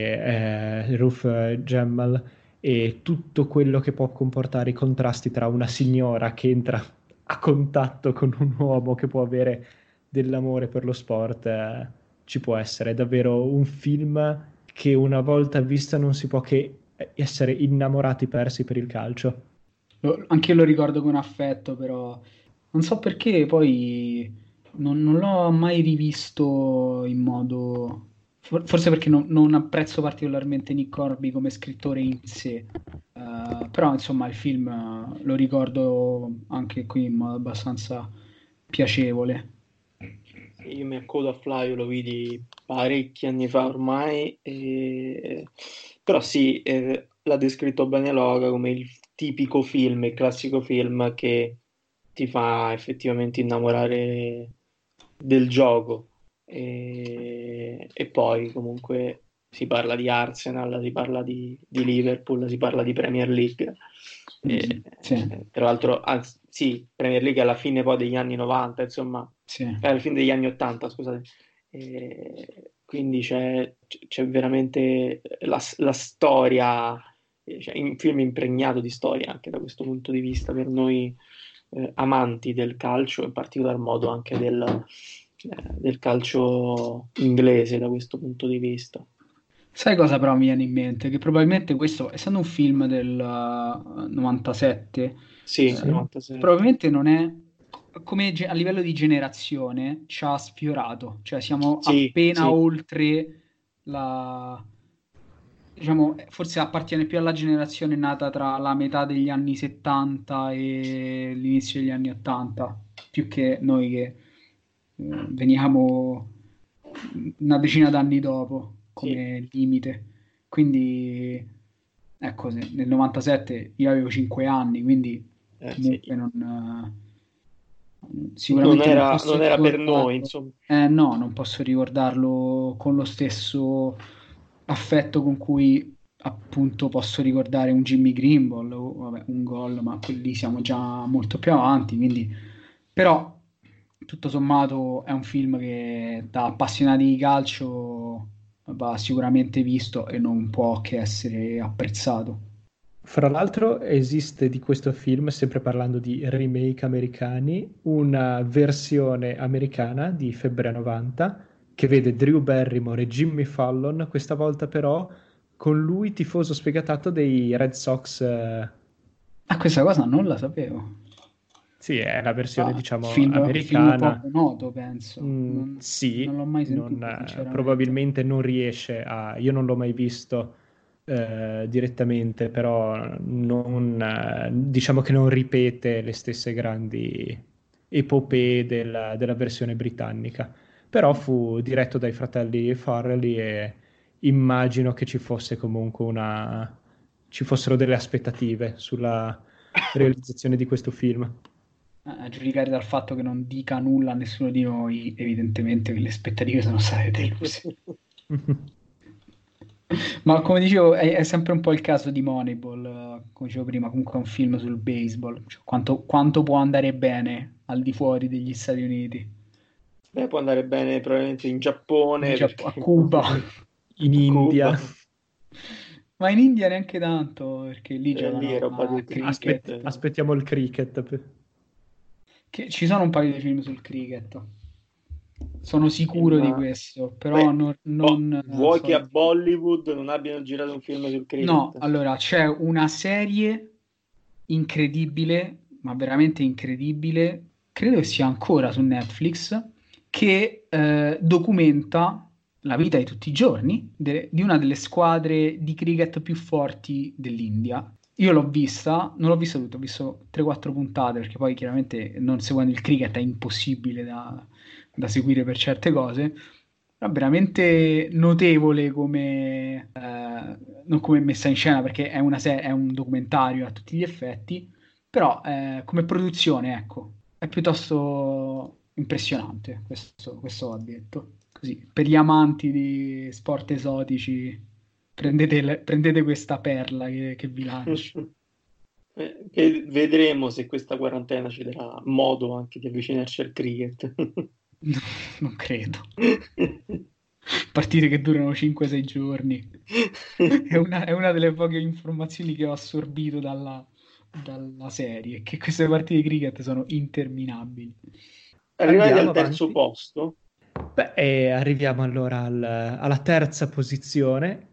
e Ruth Gemmell e tutto quello che può comportare i contrasti tra una signora che entra a contatto con un uomo che può avere dell'amore per lo sport, ci può essere. È davvero un film che una volta visto non si può che essere innamorati persi per il calcio. Anche io lo ricordo con affetto, però non so perché poi non l'ho mai rivisto in modo... Forse perché non apprezzo particolarmente Nick Horby come scrittore in sé, però insomma il film lo ricordo anche qui in modo abbastanza piacevole. Io mi accodo a Flavio, lo vidi parecchi anni fa ormai, però sì, l'ha descritto bene Loga come il tipico film, il classico film che ti fa effettivamente innamorare del gioco. E poi comunque si parla di Arsenal, si parla di Liverpool, si parla di Premier League. Sì. Tra l'altro, sì, Premier League alla fine poi degli anni 90, insomma, sì. Alla fine degli anni 80, scusate. Quindi c'è veramente la storia, cioè, un film impregnato di storia anche da questo punto di vista per noi amanti del calcio, in particolar modo anche del calcio inglese da questo punto di vista. Sai cosa però mi viene in mente? Che probabilmente questo, essendo un film del 97, sì, 97, probabilmente non è, come a livello di generazione, ci ha sfiorato. Cioè siamo appena oltre la... Diciamo, forse appartiene più alla generazione nata tra la metà degli anni 70 e l'inizio degli anni 80, più che noi che veniamo una decina d'anni dopo come limite. Quindi ecco, nel 97 io avevo 5 anni, quindi comunque non sicuramente non era per noi, insomma. No, non posso ricordarlo con lo stesso affetto con cui appunto posso ricordare un Jimmy Greenball o vabbè, un gol, ma quelli siamo già molto più avanti, quindi però tutto sommato è un film che da appassionati di calcio va sicuramente visto e non può che essere apprezzato. Fra l'altro esiste di questo film, sempre parlando di remake americani, una versione americana di Febbre 90 che vede Drew Barrymore e Jimmy Fallon, questa volta però con lui tifoso sfegatato dei Red Sox. Questa cosa non la sapevo. Sì, è la versione diciamo americana. Film poco noto, penso. Sì, non l'ho mai sentito, probabilmente non riesce a... Io non l'ho mai visto direttamente, però diciamo che non ripete le stesse grandi epopee della versione britannica. Però fu diretto dai fratelli Farrelly e immagino che ci fosse comunque ci fossero delle aspettative sulla realizzazione di questo film. A giudicare dal fatto che non dica nulla a nessuno di noi, evidentemente le aspettative sono state deluse. Ma come dicevo, è sempre un po' il caso di Moneyball, come dicevo prima, comunque è un film sul baseball. Cioè, quanto può andare bene al di fuori degli Stati Uniti? Beh, può andare bene probabilmente in Giappone, a Cuba, in India. Ma in India neanche tanto, perché lì è roba di cricket. Aspettiamo il cricket. Ci sono un paio di film sul cricket. Sono sicuro di questo, però vuoi che a Bollywood non abbiano girato un film sul cricket? No, allora c'è una serie incredibile, ma veramente incredibile, credo che sia ancora su Netflix, che documenta la vita di tutti i giorni di una delle squadre di cricket più forti dell'India. Io l'ho vista, non l'ho vista tutta, ho visto 3-4 puntate, perché poi chiaramente non seguendo il cricket è impossibile da seguire per certe cose, però veramente notevole come non come messa in scena, perché è un documentario a tutti gli effetti, però come produzione, ecco, è piuttosto impressionante, questo va detto. Così, per gli amanti di sport esotici, prendete questa perla che vi lancio. Vedremo se questa quarantena ci darà modo anche di avvicinarci al cricket. Non credo. Partite che durano 5-6 giorni. È una delle poche informazioni che ho assorbito dalla serie, che queste partite di cricket sono interminabili. Arrivati al terzo posto. Beh, arriviamo allora alla terza posizione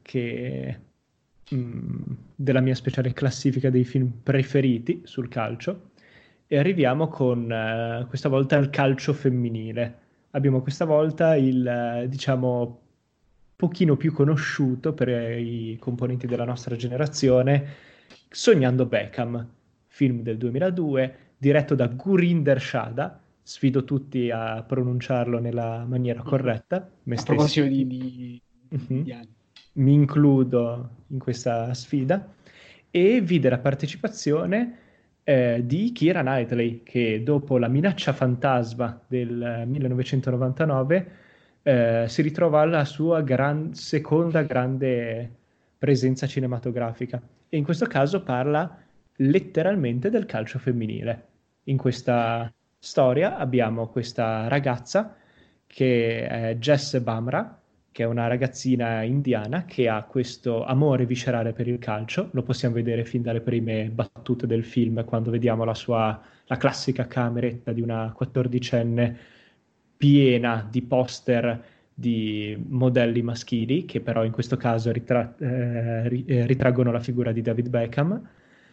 della mia speciale classifica dei film preferiti sul calcio, e arriviamo con questa volta il calcio femminile. Abbiamo questa volta il, diciamo, pochino più conosciuto per i componenti della nostra generazione, Sognando Beckham, film del 2002, diretto da Gurinder Shada. Sfido tutti a pronunciarlo nella maniera corretta. A proposito di mi includo in questa sfida. E vide la partecipazione di Keira Knightley, che dopo La minaccia fantasma del 1999 si ritrova alla sua seconda grande presenza cinematografica, e in questo caso parla letteralmente del calcio femminile. In questa storia abbiamo questa ragazza che è Jess Bamra, che è una ragazzina indiana che ha questo amore viscerale per il calcio. Lo possiamo vedere fin dalle prime battute del film, quando vediamo la classica cameretta di una 14enne piena di poster di modelli maschili, che però in questo caso ritraggono la figura di David Beckham,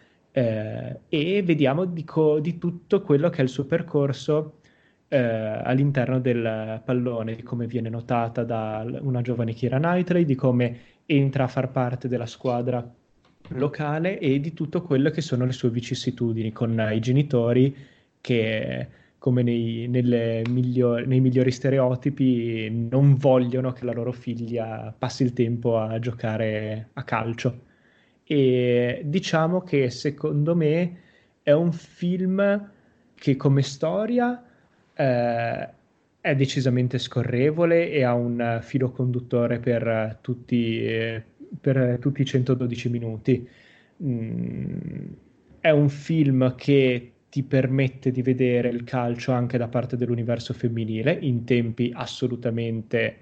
e vediamo di tutto quello che è il suo percorso all'interno del pallone, di come viene notata da una giovane Keira Knightley, di come entra a far parte della squadra locale e di tutto quello che sono le sue vicissitudini con i genitori che, come nei migliori stereotipi, non vogliono che la loro figlia passi il tempo a giocare a calcio. E diciamo che secondo me è un film che come storia è decisamente scorrevole e ha un filo conduttore per tutti i 112 minuti. È un film che ti permette di vedere il calcio anche da parte dell'universo femminile in tempi assolutamente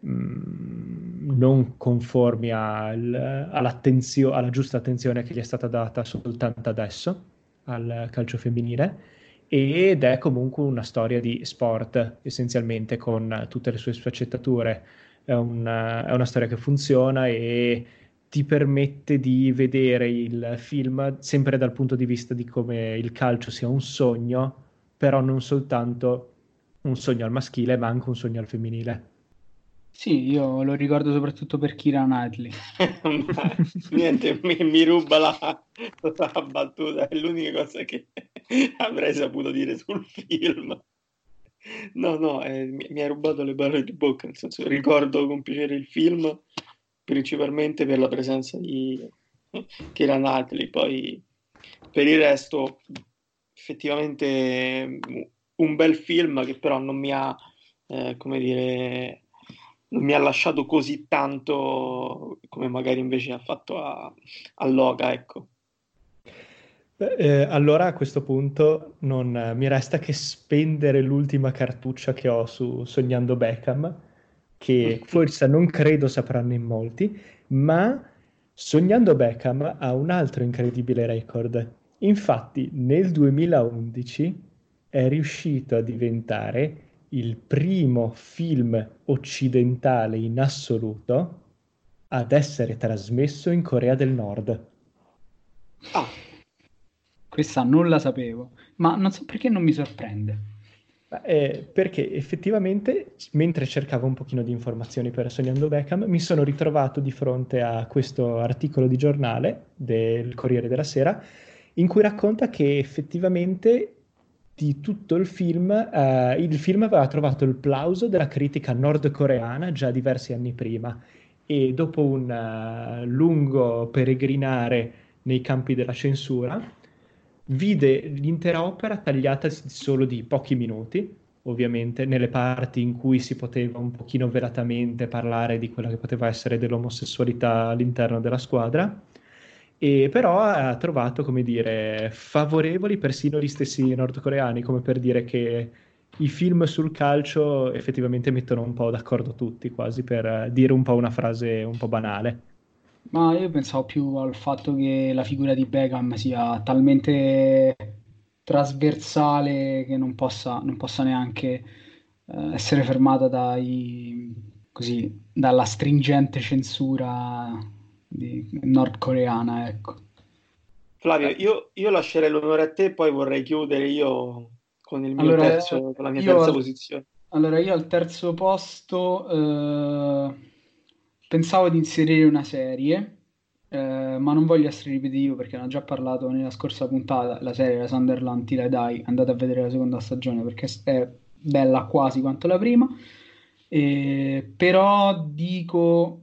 non conformi alla giusta attenzione che gli è stata data soltanto adesso al calcio femminile, ed è comunque una storia di sport essenzialmente con tutte le sue sfaccettature. È una storia che funziona e ti permette di vedere il film sempre dal punto di vista di come il calcio sia un sogno, però non soltanto un sogno al maschile, ma anche un sogno al femminile. Sì, io lo ricordo soprattutto per Keira Knightley. Niente, mi ruba la battuta, è l'unica cosa che avrei saputo dire sul film. No, mi ha rubato le parole di bocca, nel senso ricordo con piacere il film, principalmente per la presenza di Keira Knightley, poi per il resto effettivamente un bel film che però non mi ha, non mi ha lasciato così tanto come magari invece ha fatto a Loga, ecco. Allora a questo punto non mi resta che spendere l'ultima cartuccia che ho su Sognando Beckham, che forse non credo sapranno in molti, ma Sognando Beckham ha un altro incredibile record. Infatti nel 2011 è riuscito a diventare il primo film occidentale in assoluto ad essere trasmesso in Corea del Nord. Questa non la sapevo, ma non so perché non mi sorprende. Perché effettivamente, mentre cercavo un pochino di informazioni per Sognando Beckham, mi sono ritrovato di fronte a questo articolo di giornale del Corriere della Sera, in cui racconta che effettivamente di tutto il film aveva trovato il plauso della critica nordcoreana già diversi anni prima, e dopo un lungo peregrinare nei campi della censura vide l'intera opera tagliata solo di pochi minuti, ovviamente nelle parti in cui si poteva un pochino velatamente parlare di quella che poteva essere dell'omosessualità all'interno della squadra, e però ha trovato, come dire, favorevoli persino gli stessi nordcoreani, come per dire che i film sul calcio effettivamente mettono un po' d'accordo tutti, quasi per dire un po' una frase un po' banale. Ma io pensavo più al fatto che la figura di Beckham sia talmente trasversale che non possa neanche essere fermata dalla stringente censura nordcoreana, ecco. Flavio, io lascerei l'onore a te, poi vorrei chiudere io con il mio con la mia terza posizione. Allora, io al terzo posto pensavo di inserire una serie, ma non voglio essere ripetitivo perché ne ho già parlato nella scorsa puntata. La serie era Sunderland Till I Die, andate a vedere la seconda stagione perché è bella quasi quanto la prima. Però dico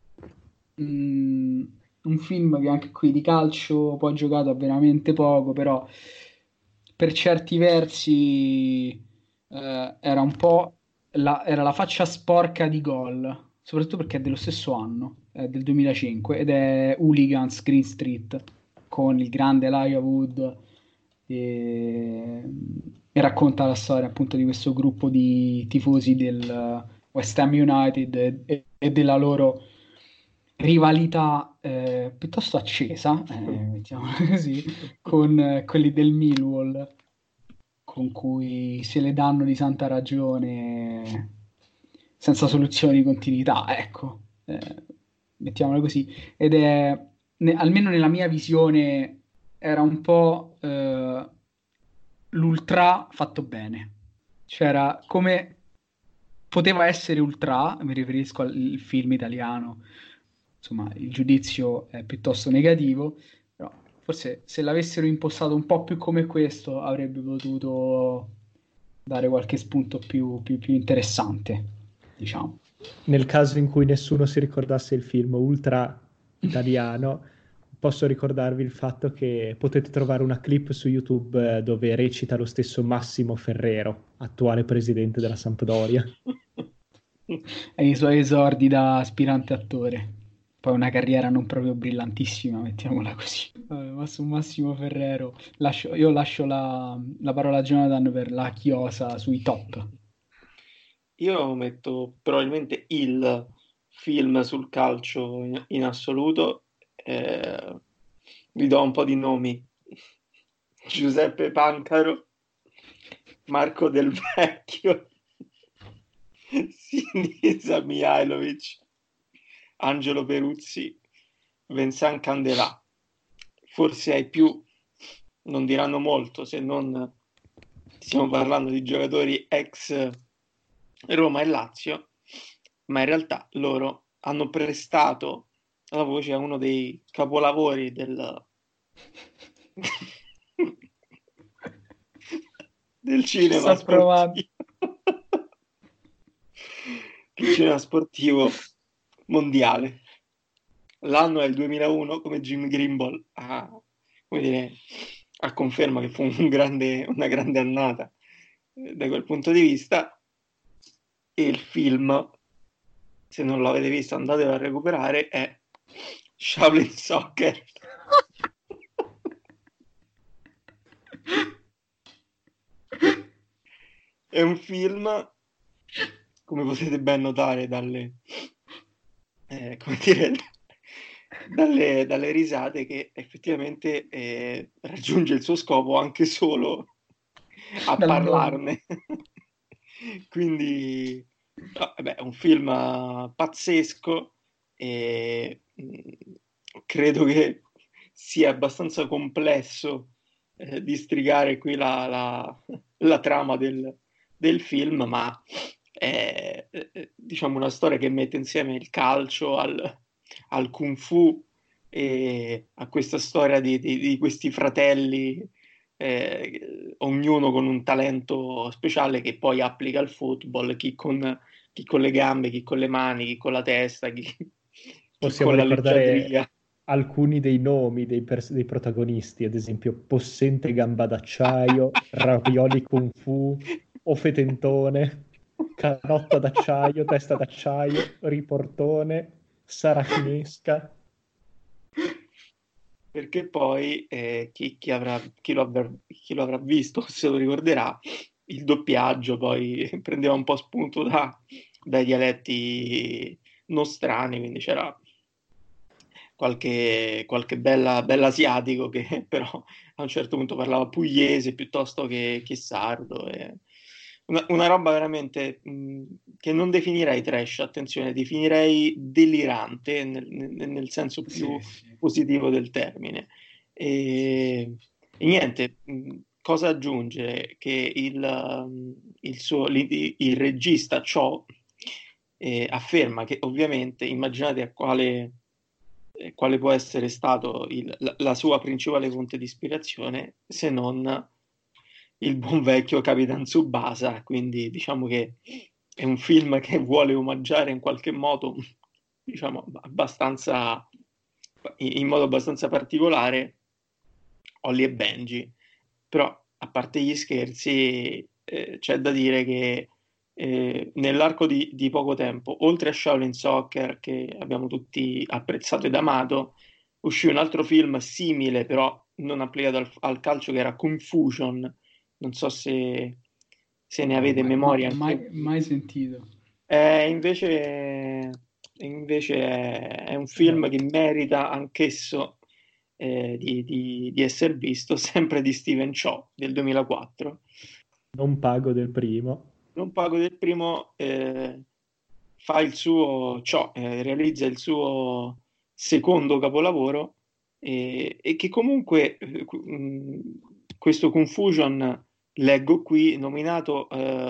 un film che anche qui di calcio poi ho giocato veramente poco, però per certi versi era un po' era la faccia sporca di Gol, soprattutto perché è dello stesso anno, è del 2005, ed è Hooligans Green Street con il grande Elijah Wood, e racconta la storia appunto di questo gruppo di tifosi del West Ham United e della loro rivalità piuttosto accesa, mettiamola così, con quelli del Millwall, con cui se le danno di santa ragione senza soluzione di continuità, ecco, mettiamola così. Ed è, almeno nella mia visione, era un po' l'ultra fatto bene. C'era come poteva essere ultra, mi riferisco al film italiano, insomma il giudizio è piuttosto negativo, però forse se l'avessero impostato un po' più come questo avrebbe potuto dare qualche spunto più interessante, diciamo. Nel caso in cui nessuno si ricordasse il film ultra italiano, posso ricordarvi il fatto che potete trovare una clip su YouTube dove recita lo stesso Massimo Ferrero, attuale presidente della Sampdoria. E i suoi esordi da aspirante attore. Poi una carriera non proprio brillantissima, mettiamola così. Ma su Massimo Ferrero io lascio la parola a Jonathan per la chiosa sui top. Io metto probabilmente il film sul calcio in assoluto. Vi do un po' di nomi: Giuseppe Pancaro, Marco Del Vecchio, Sinisa Mihajlovic, Angelo Peruzzi, Vincent Candelà. Forse ai più non diranno molto, se non stiamo parlando di giocatori ex Roma e Lazio, ma in realtà loro hanno prestato la voce a uno dei capolavori del cinema sportivo. Il cinema sportivo mondiale. L'anno è il 2001, come Jim Greenball a conferma che fu una grande annata da quel punto di vista. E il film, se non l'avete visto andatelo a recuperare, è Shaolin Soccer. È un film, come potete ben notare dalle risate, che effettivamente raggiunge il suo scopo anche solo a parlarne. Quindi è un film pazzesco e credo che sia abbastanza complesso districare qui la trama del film, ma è diciamo una storia che mette insieme il calcio al kung fu e a questa storia di questi fratelli, ognuno con un talento speciale che poi applica al football, chi con le gambe, chi con le mani, chi con la testa, chi Possiamo con la ricordare leggiadria. Alcuni dei nomi dei protagonisti, ad esempio Possente Gamba d'Acciaio, Ravioli Kung Fu, Ofetentone, Canotta d'Acciaio, Testa d'Acciaio, Riportone, Saracinesca. Perché poi chi lo avrà visto se lo ricorderà, il doppiaggio poi prendeva un po' spunto dai dialetti nostrani, quindi c'era qualche bella asiatico che però a un certo punto parlava pugliese piuttosto che sardo. Una roba veramente che non definirei trash, attenzione, definirei delirante nel senso più positivo del termine. E niente, cosa aggiungere? Che il regista Cho afferma che ovviamente, immaginate a quale può essere stato la sua principale fonte di ispirazione, se non il buon vecchio Capitan Tsubasa. Quindi diciamo che è un film che vuole omaggiare in qualche modo, diciamo, in modo abbastanza particolare Holly e Benji. Però, a parte gli scherzi, c'è da dire che nell'arco di poco tempo, oltre a Shaolin Soccer, che abbiamo tutti apprezzato ed amato, uscì un altro film simile, però non applicato al calcio, che era Confusion. Non so se ne avete memoria. Mai sentito. Invece è un film che merita anch'esso di essere visto, sempre di Stephen Chow del 2004. Non pago del primo. Non pago del primo, fa il suo, realizza il suo secondo capolavoro e che comunque questo Confusion, leggo qui, nominato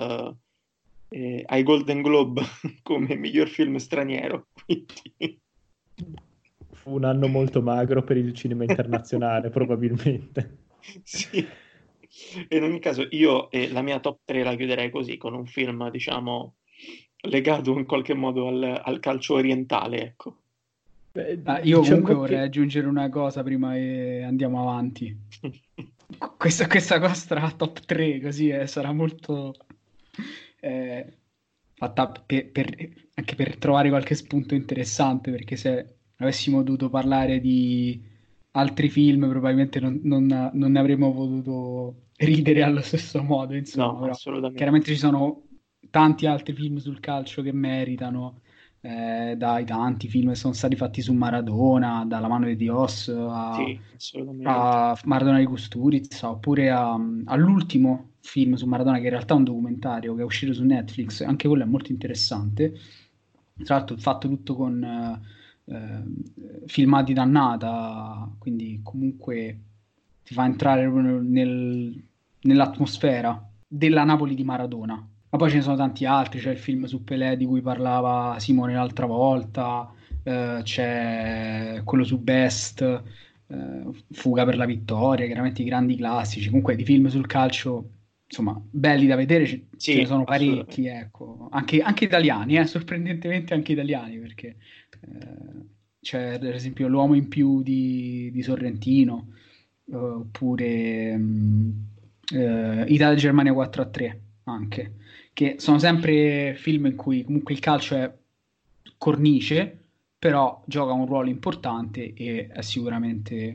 ai Golden Globe come miglior film straniero. Quindi... Fu un anno molto magro per il cinema internazionale, probabilmente. Sì. E in ogni caso io la mia top 3 la chiuderei così, con un film, diciamo, legato in qualche modo al calcio orientale, ecco. Io comunque vorrei aggiungere una cosa prima che andiamo avanti. Questa nostra top 3 così sarà molto fatta anche per trovare qualche spunto interessante, perché se avessimo dovuto parlare di altri film probabilmente non ne avremmo potuto ridere allo stesso modo, insomma. No, però assolutamente. chiaramente ci sono tanti altri film sul calcio che meritano, dai tanti film che sono stati fatti su Maradona, dalla mano di Dios a Maradona di Kusturica, oppure all'ultimo film su Maradona, che in realtà è un documentario che è uscito su Netflix, anche quello è molto interessante, tra l'altro fatto tutto con filmati da Nata, quindi comunque ti fa entrare nell'atmosfera della Napoli di Maradona. Ma poi ce ne sono tanti altri, c'è il film su Pelé di cui parlava Simone l'altra volta, c'è quello su Best, Fuga per la vittoria, chiaramente i grandi classici, comunque di film sul calcio, insomma, belli da vedere, ce ne sono parecchi, ecco, anche italiani, sorprendentemente anche italiani, perché c'è ad esempio L'uomo in più di Sorrentino, oppure Italia-Germania 4-3 anche, che sono sempre film in cui comunque il calcio è cornice, però gioca un ruolo importante e è sicuramente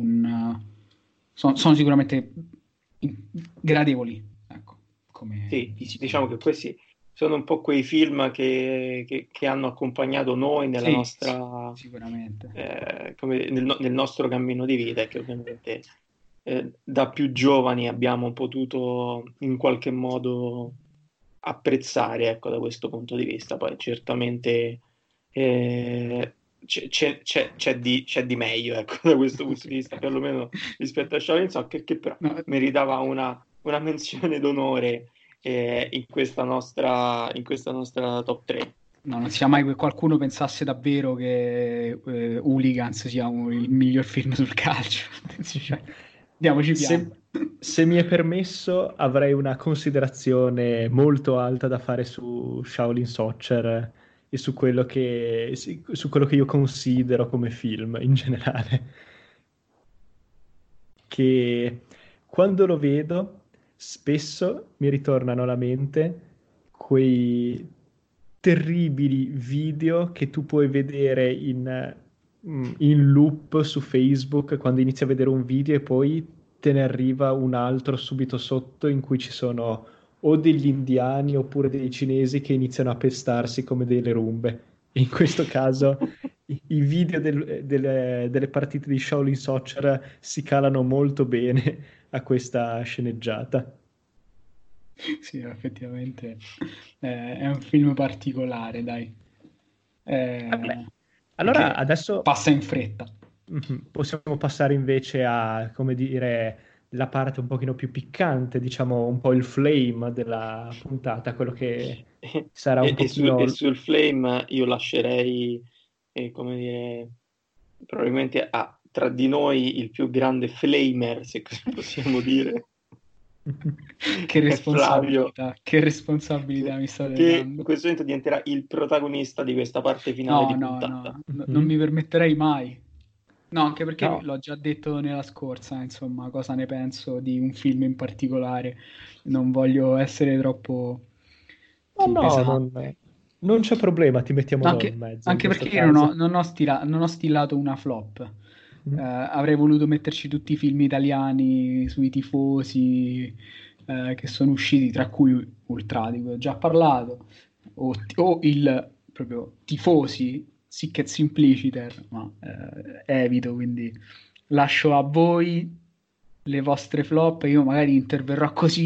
sono sicuramente gradevoli, ecco, come diciamo che questi sono un po' quei film che hanno accompagnato noi nella nostra sicuramente nel nostro cammino di vita, e che ovviamente da più giovani abbiamo potuto in qualche modo apprezzare, ecco, da questo punto di vista. Poi certamente c'è di meglio, ecco, da questo punto di vista, perlomeno rispetto a Shaolin Soccer, che però meritava una menzione d'onore in questa nostra top 3. No, non sia mai che qualcuno pensasse davvero che Hooligans sia il miglior film sul calcio. Andiamoci piano. Se mi è permesso, avrei una considerazione molto alta da fare su Shaolin Soccer e su quello che io considero come film in generale. Che quando lo vedo, spesso mi ritornano alla mente quei terribili video che tu puoi vedere in loop su Facebook quando inizi a vedere un video e poi te ne arriva un altro subito sotto in cui ci sono o degli indiani oppure dei cinesi che iniziano a pestarsi come delle rumbe. E in questo caso i video delle partite di Shaolin Soccer si calano molto bene a questa sceneggiata. Sì, effettivamente è un film particolare, dai. Allora adesso passa in fretta. Possiamo passare invece a, come dire, la parte un pochino più piccante, diciamo un po' il flame della puntata, quello che sarà un pochino... E sul flame io lascerei, come dire, probabilmente tra di noi il più grande flamer, se così possiamo dire. Che responsabilità mi state che dando. In questo momento diventerà il protagonista di questa parte finale di puntata. No, non mi permetterei mai. No, anche perché l'ho già detto nella scorsa, insomma, cosa ne penso di un film in particolare. Non voglio essere troppo pesante. Non c'è problema, ti mettiamo noi in mezzo. Anche perché io non ho stilato una flop. Avrei voluto metterci tutti i film italiani sui tifosi che sono usciti, tra cui Ultra, di cui ho già parlato, o il proprio tifosi sic et simpliciter, ma evito, quindi lascio a voi le vostre flop e io magari interverrò così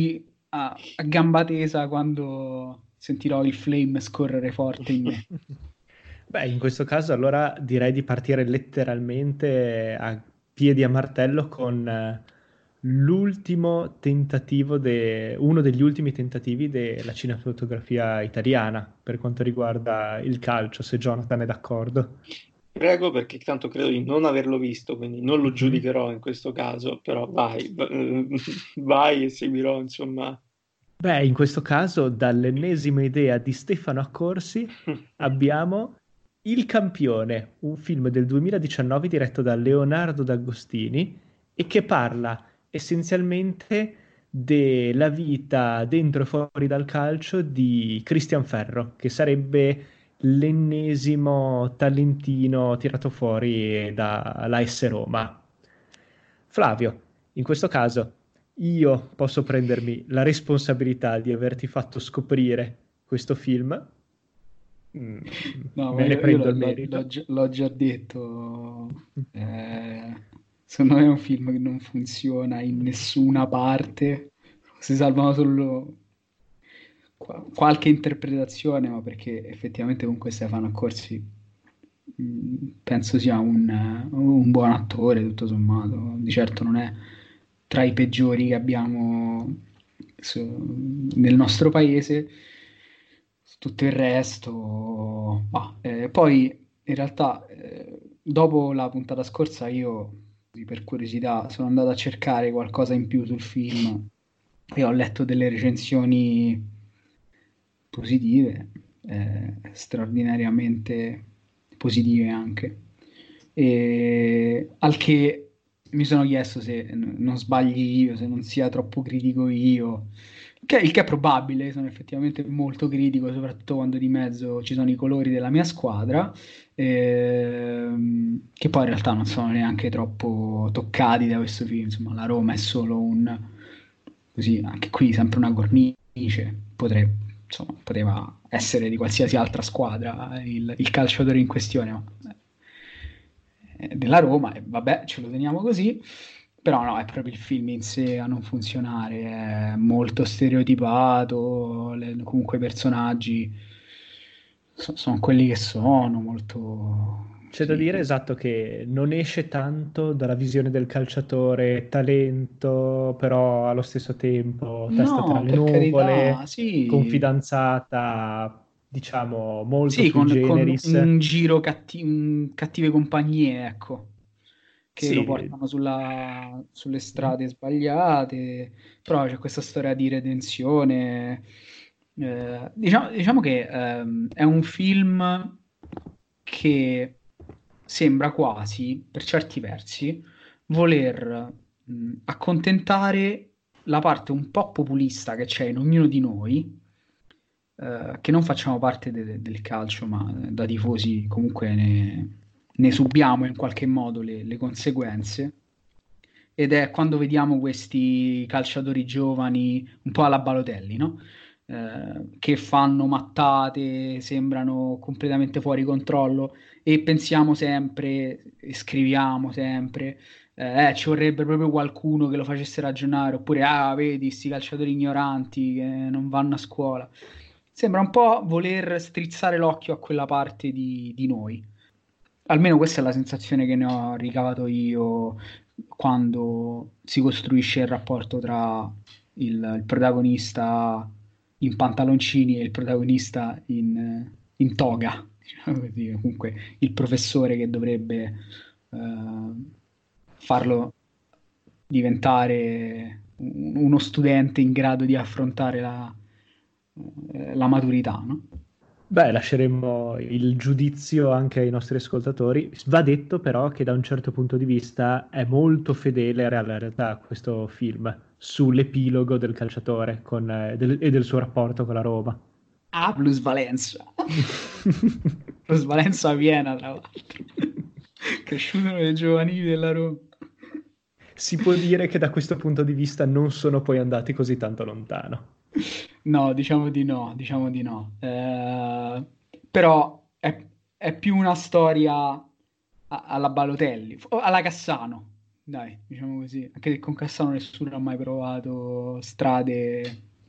a gamba tesa quando sentirò il flame scorrere forte in me. Beh, in questo caso allora direi di partire letteralmente a piedi a martello con l'ultimo tentativo, uno degli ultimi tentativi della cinematografia italiana per quanto riguarda il calcio, se Jonathan è d'accordo. Prego, perché tanto credo di non averlo visto, quindi non lo giudicherò in questo caso, però vai, vai e seguirò, insomma. Beh, in questo caso, dall'ennesima idea di Stefano Accorsi, abbiamo Il Campione, un film del 2019 diretto da Leonardo D'Agostini e che parla essenzialmente della vita dentro e fuori dal calcio di Cristian Ferro, che sarebbe l'ennesimo talentino tirato fuori dall'AS Roma. Flavio, in questo caso io posso prendermi la responsabilità di averti fatto scoprire questo film. No, Me ne prendo il merito. l'ho già detto. Secondo me è un film che non funziona in nessuna parte. Si salvano solo qualche interpretazione, ma perché effettivamente comunque Stefano Accorsi penso sia un buon attore, tutto sommato. Di certo non è tra i peggiori che abbiamo nel nostro paese. Tutto il resto, poi in realtà dopo la puntata scorsa io, per curiosità, sono andato a cercare qualcosa in più sul film e ho letto delle recensioni positive, straordinariamente positive anche, e al che mi sono chiesto se non sbagli io, se non sia troppo critico io. Il che è probabile, sono effettivamente molto critico, soprattutto quando di mezzo ci sono i colori della mia squadra, che poi in realtà non sono neanche troppo toccati da questo film. Insomma, la Roma è solo così, anche qui sempre una cornice, poteva essere di qualsiasi altra squadra il calciatore in questione, ma della Roma, e vabbè, ce lo teniamo così. Però no, è proprio il film in sé a non funzionare, è molto stereotipato, comunque i personaggi sono quelli che sono, molto... C'è da dire, esatto, che non esce tanto dalla visione del calciatore, talento, però allo stesso tempo testa tra No, le per nuvole, carità, sì. confidanzata, diciamo, molto Sì, sui con generis. un giro cattive compagnie, ecco, che lo Sì, portano sulle strade sbagliate, però c'è questa storia di redenzione. Diciamo che è un film che sembra quasi, per certi versi, voler accontentare la parte un po' populista che c'è in ognuno di noi, che non facciamo parte del calcio, ma da tifosi comunque ne subiamo in qualche modo le conseguenze. Ed è quando vediamo questi calciatori giovani, un po' alla Balotelli, no? Che fanno mattate, sembrano completamente fuori controllo e pensiamo sempre, e scriviamo sempre, ci vorrebbe proprio qualcuno che lo facesse ragionare, oppure, vedi, sti calciatori ignoranti che non vanno a scuola. Sembra un po' voler strizzare l'occhio a quella parte di noi. Almeno questa è la sensazione che ne ho ricavato io quando si costruisce il rapporto tra il protagonista in pantaloncini e il protagonista in toga, diciamo così. Comunque il professore che dovrebbe farlo diventare uno studente in grado di affrontare la maturità, no? beh, lasceremo il giudizio anche ai nostri ascoltatori. Va detto però che da un certo punto di vista è molto fedele alla realtà questo film sull'epilogo del calciatore e del suo rapporto con la Roma. Plus Valenza. Plus Valenza Viena, tra l'altro. Cresciuto nei giovanili della Roma. Si può dire che da questo punto di vista non sono poi andati così tanto lontano. No, diciamo di no, diciamo di no. Però è più una storia alla Balotelli, o alla Cassano, dai, diciamo così. Anche se con Cassano nessuno ha mai provato strade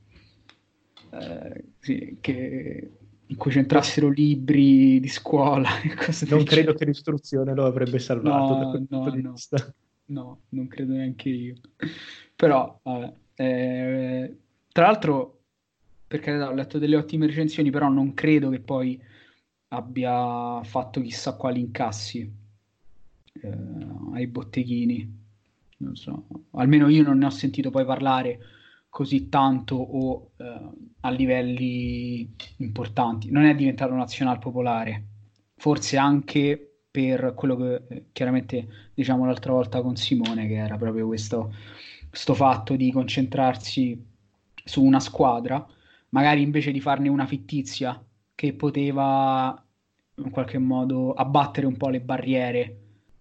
sì, in cui c'entrassero libri di scuola e cose del Non credo genere. che l'istruzione lo avrebbe salvato da No, quel punto di no, vista. no, non credo neanche io. Però, vabbè, tra l'altro, per carità, ho letto delle ottime recensioni, però non credo che poi abbia fatto chissà quali incassi ai botteghini. Non so, almeno io non ne ho sentito poi parlare così tanto o a livelli importanti. Non è diventato nazional popolare, forse anche per quello che chiaramente diciamo l'altra volta con Simone, che era proprio questo fatto di concentrarsi su una squadra, magari invece di farne una fittizia che poteva in qualche modo abbattere un po' le barriere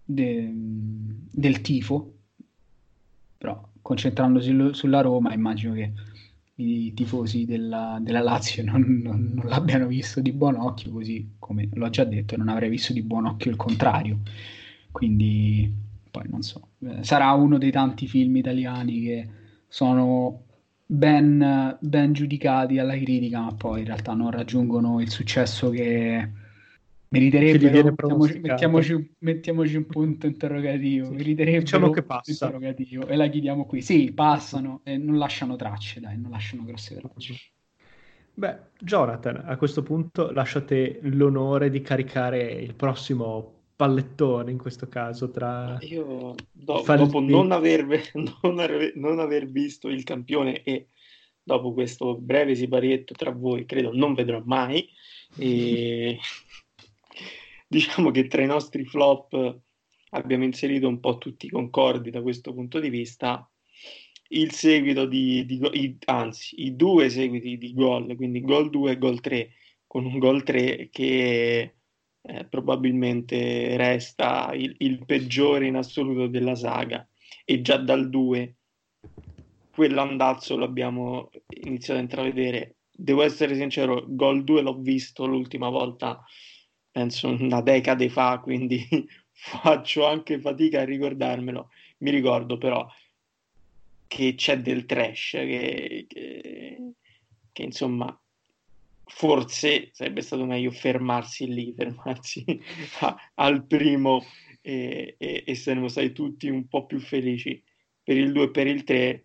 del tifo, però concentrandosi sulla Roma, immagino che i tifosi della Lazio non l'abbiano visto di buon occhio, così come l'ho già detto, non avrei visto di buon occhio il contrario. Quindi, poi non so, sarà uno dei tanti film italiani che sono ben giudicati alla critica, ma poi in realtà non raggiungono il successo che Che gli meriterebbero. viene pronosticato. Mettiamoci un punto interrogativo. Sì. Meriterebbero Diciamo che un punto passa. interrogativo e la chiudiamo qui. Sì, passano e non lasciano tracce, dai, non lasciano grosse tracce. Beh, Jonathan, a questo punto lascio a te l'onore di caricare il prossimo pallettone, in questo caso, tra Io i dopo non fallimenti. non aver visto il campione e dopo questo breve siparietto tra voi, credo non vedrò mai. E diciamo che tra i nostri flop abbiamo inserito un po' tutti concordi da questo punto di vista. Il seguito anzi, i due seguiti di gol, quindi gol 2 e gol 3, con un gol 3 che probabilmente resta il peggiore in assoluto della saga, e già dal 2 quell'andazzo l'abbiamo iniziato a intravedere. Devo essere sincero, gol 2 l'ho visto l'ultima volta penso una decade fa, quindi faccio anche fatica a ricordarmelo. Mi ricordo però che c'è del trash che insomma forse sarebbe stato meglio fermarsi lì, al primo e saremmo stati tutti un po' più felici. Per il 2 e per il 3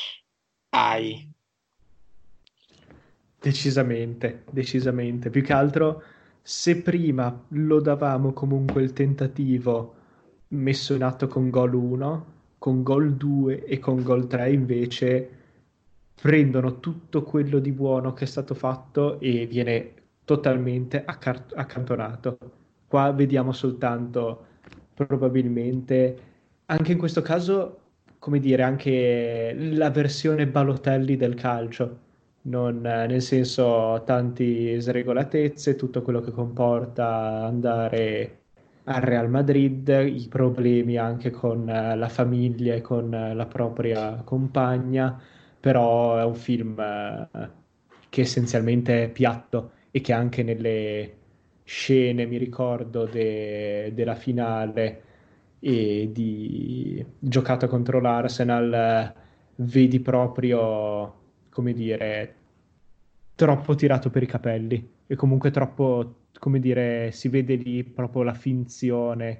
Decisamente. Più che altro, se prima lo davamo comunque il tentativo messo in atto con gol 1, con gol 2 e con gol 3 invece prendono tutto quello di buono che è stato fatto e viene totalmente accantonato. Qua vediamo soltanto, probabilmente, anche in questo caso, come dire, anche la versione Balotelli del calcio, nel senso tanti sregolatezze, tutto quello che comporta andare al Real Madrid, i problemi anche con la famiglia e con la propria compagna, però è un film che essenzialmente è piatto e che anche nelle scene, mi ricordo, della finale e di giocata contro l'Arsenal, vedi proprio, come dire, troppo tirato per i capelli e comunque troppo, come dire, si vede lì proprio la finzione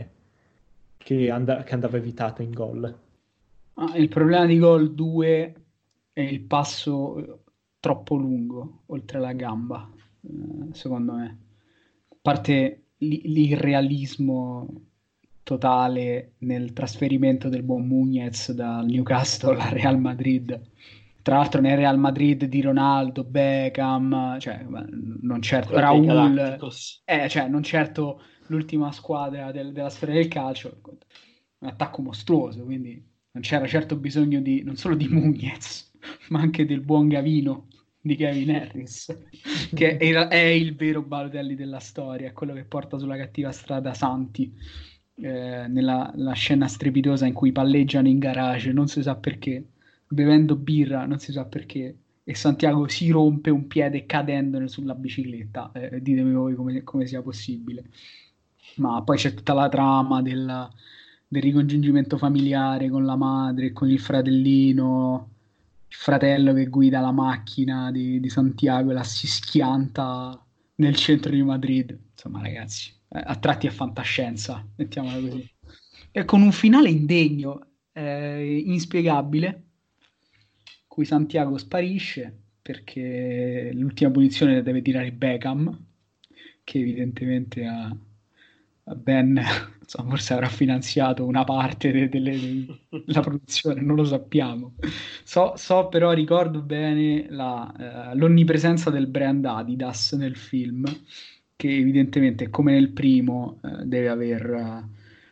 che andava evitata in gol. Il problema di gol 2 è il passo troppo lungo oltre la gamba, secondo me. A parte l'irrealismo totale nel trasferimento del buon Nunez dal Newcastle al Real Madrid. Tra l'altro nel Real Madrid di Ronaldo, Beckham, cioè non certo Raul, cioè non certo l'ultima squadra della storia del calcio, un attacco mostruoso, quindi non c'era certo bisogno non solo di Nunez, ma anche del buon Gavino di Kevin Harris, che è il vero Balotelli della storia, è quello che porta sulla cattiva strada Santi nella scena strepitosa in cui palleggiano in garage, non si sa perché, bevendo birra, non si sa perché, e Santiago si rompe un piede cadendone sulla bicicletta. Ditemi voi come sia possibile. Ma poi c'è tutta la trama del ricongiungimento familiare con la madre, con il fratellino, fratello che guida la macchina di Santiago e la si schianta nel centro di Madrid. Insomma, ragazzi, a tratti è fantascienza, mettiamola così. E con un finale indegno, inspiegabile, cui Santiago sparisce perché l'ultima punizione la deve tirare Beckham, che evidentemente ha ben, insomma, forse avrà finanziato una parte della produzione, non lo sappiamo. So però, ricordo bene l'onnipresenza del brand Adidas nel film, che evidentemente, come nel primo, deve aver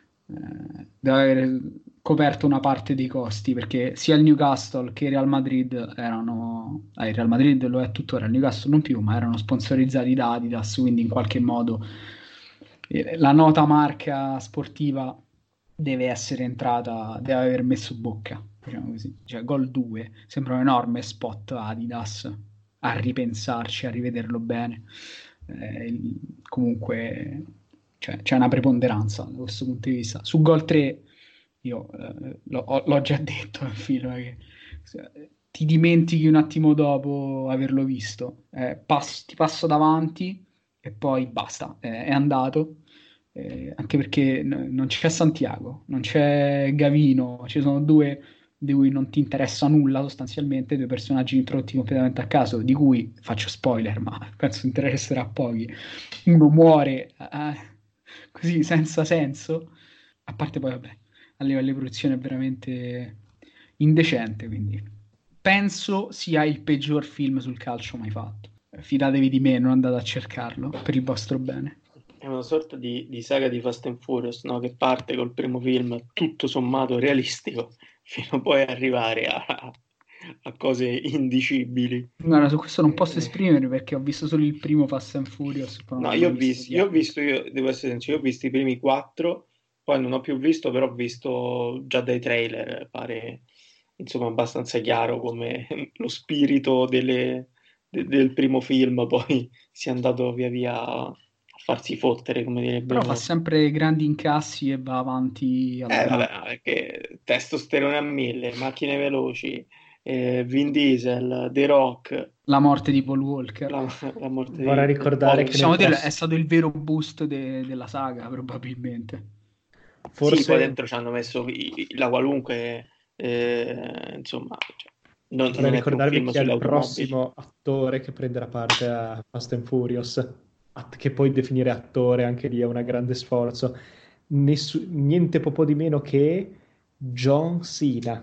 coperto una parte dei costi, perché sia il Newcastle che il Real Madrid erano, il Real Madrid lo è tuttora, il Newcastle non più, ma erano sponsorizzati da Adidas, quindi in qualche modo la nota marca sportiva deve essere entrata, deve aver messo bocca, diciamo così. Cioè, Gol 2 sembra un enorme spot Adidas, a ripensarci, a rivederlo bene. Comunque cioè, c'è una preponderanza da questo punto di vista. Su Gol 3 io l'ho già detto nel film, che ti dimentichi un attimo dopo averlo visto, ti passo davanti e poi basta, è andato, anche perché non c'è Santiago, non c'è Gavino, ci sono due di cui non ti interessa nulla sostanzialmente, due personaggi introdotti completamente a caso, di cui, faccio spoiler, ma penso interesserà a pochi, uno muore così senza senso, a parte poi vabbè, a livello di produzione è veramente indecente, quindi penso sia il peggior film sul calcio mai fatto. Fidatevi di me, non andate a cercarlo per il vostro bene. È una sorta di saga di Fast and Furious, no? Che parte col primo film tutto sommato realistico, fino poi ad arrivare a cose indicibili. Guarda, su questo non posso esprimermi perché ho visto solo il primo Fast and Furious. No, io devo essere sincero, io ho visto i primi 4, poi non ho più visto, però ho visto già dai trailer, pare insomma abbastanza chiaro come lo spirito del primo film poi sia andato via via a farsi fottere, come direbbe. Però fa sempre grandi incassi e va avanti vabbè, perché testosterone a 1000, macchine veloci, Vin Diesel, The Rock, la morte di Paul Walker. La morte Vorrei ricordare che possiamo dire è stato il vero boost della saga, probabilmente. Forse... Sì, poi dentro ci hanno messo la qualunque, insomma, cioè, non vorrei ricordarvi chi è il prossimo attore che prenderà parte a Fast and Furious, che poi definire attore anche lì è un grande sforzo. Niente po' di meno che John Cena.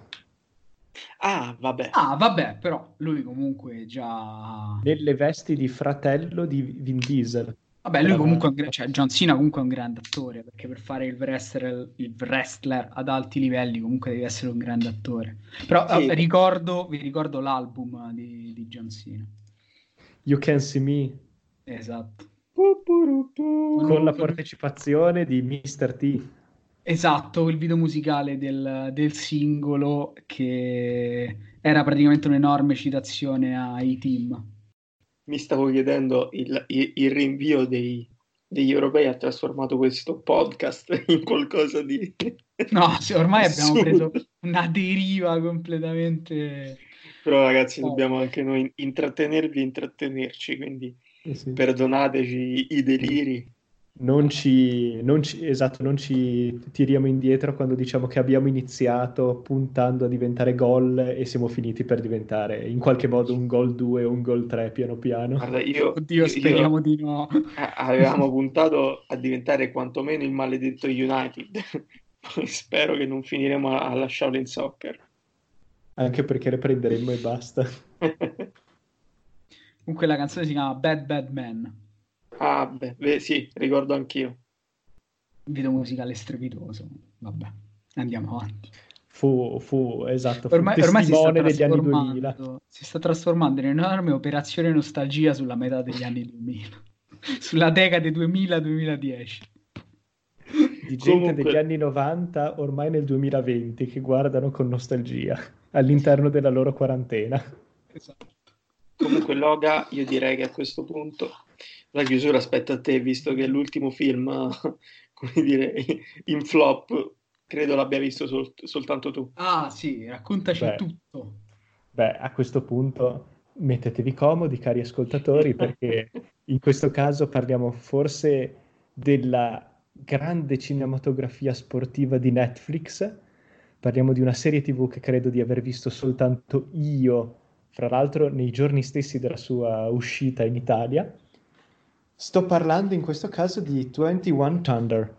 Ah, vabbè, però lui comunque già... Nelle vesti di fratello di Vin Diesel. Vabbè, lui comunque, cioè John Cena comunque è un grande attore, perché per fare il wrestler ad alti livelli comunque deve essere un grande attore. Però sì. Vi ricordo l'album di John Cena. You Can See Me. Esatto. Con la partecipazione di Mr. T. Esatto, il video musicale del singolo che era praticamente un'enorme citazione ai Team. Mi stavo chiedendo il rinvio degli europei ha trasformato questo podcast in qualcosa di... No, sì, ormai abbiamo preso una deriva completamente... Però ragazzi, dobbiamo anche noi intrattenervi e intrattenerci, quindi sì. Perdonateci i deliri. Non ci tiriamo indietro quando diciamo che abbiamo iniziato puntando a diventare gol e siamo finiti per diventare in qualche modo un gol 2 o un gol 3 piano piano. Guarda, Oddio, speriamo di no. Avevamo puntato a diventare quantomeno il maledetto United. Spero che non finiremo a lasciarlo in soccer. Anche perché le prenderemo e basta. Comunque la canzone si chiama Bad Bad Man. Ah, beh, sì, ricordo anch'io. Video musicale strepitoso. Vabbè, andiamo avanti. Fu esatto, ormai degli anni 2000. Si sta trasformando in un'enorme operazione nostalgia sulla metà degli anni 2000. Sulla decade 2000-2010. Di gente degli anni 90 ormai nel 2020 che guardano con nostalgia all'interno della loro quarantena. Esatto. Comunque Loga, io direi che a questo punto la chiusura aspetta a te, visto che l'ultimo film, come dire, in flop, credo l'abbia visto soltanto tu. Ah sì, raccontaci tutto. Beh, a questo punto mettetevi comodi, cari ascoltatori, perché in questo caso parliamo forse della grande cinematografia sportiva di Netflix. Parliamo di una serie TV che credo di aver visto soltanto io, fra l'altro nei giorni stessi della sua uscita in Italia. Sto parlando in questo caso di 21 Thunder,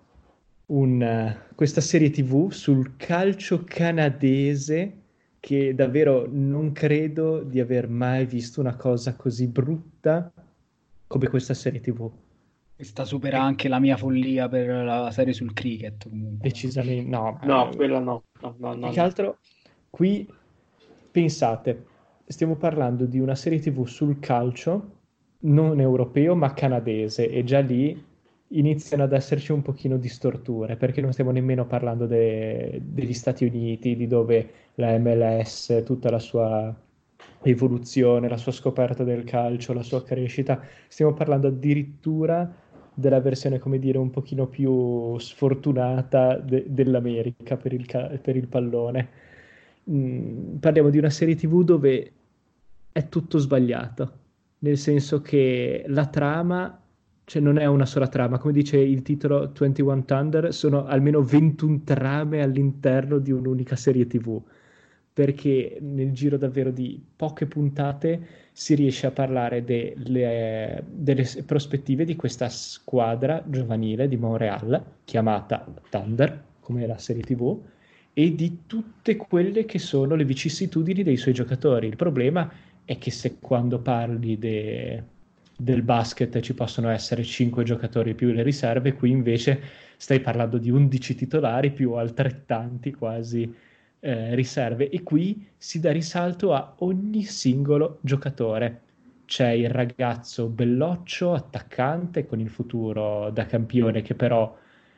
questa serie TV sul calcio canadese che davvero non credo di aver mai visto una cosa così brutta come questa serie TV. E sta supera anche la mia follia per la serie sul cricket, comunque. Decisamente no. No, quella no. Più che altro, qui pensate, stiamo parlando di una serie TV sul calcio, non europeo ma canadese, e già lì iniziano ad esserci un pochino di storture, perché non stiamo nemmeno parlando degli Stati Uniti, di dove la MLS, tutta la sua evoluzione, la sua scoperta del calcio, la sua crescita, stiamo parlando addirittura della versione, come dire, un pochino più sfortunata dell'America per il pallone. Parliamo di una serie TV dove è tutto sbagliato, nel senso che la trama, cioè non è una sola trama, come dice il titolo 21 Thunder, sono almeno 21 trame all'interno di un'unica serie TV, perché nel giro davvero di poche puntate si riesce a parlare delle prospettive di questa squadra giovanile di Montreal, chiamata Thunder, come la serie TV, e di tutte quelle che sono le vicissitudini dei suoi giocatori. Il problema è che se quando parli del basket ci possono essere 5 giocatori più le riserve, qui invece stai parlando di 11 titolari più altrettanti quasi riserve, e qui si dà risalto a ogni singolo giocatore. C'è il ragazzo belloccio, attaccante, con il futuro da campione, che però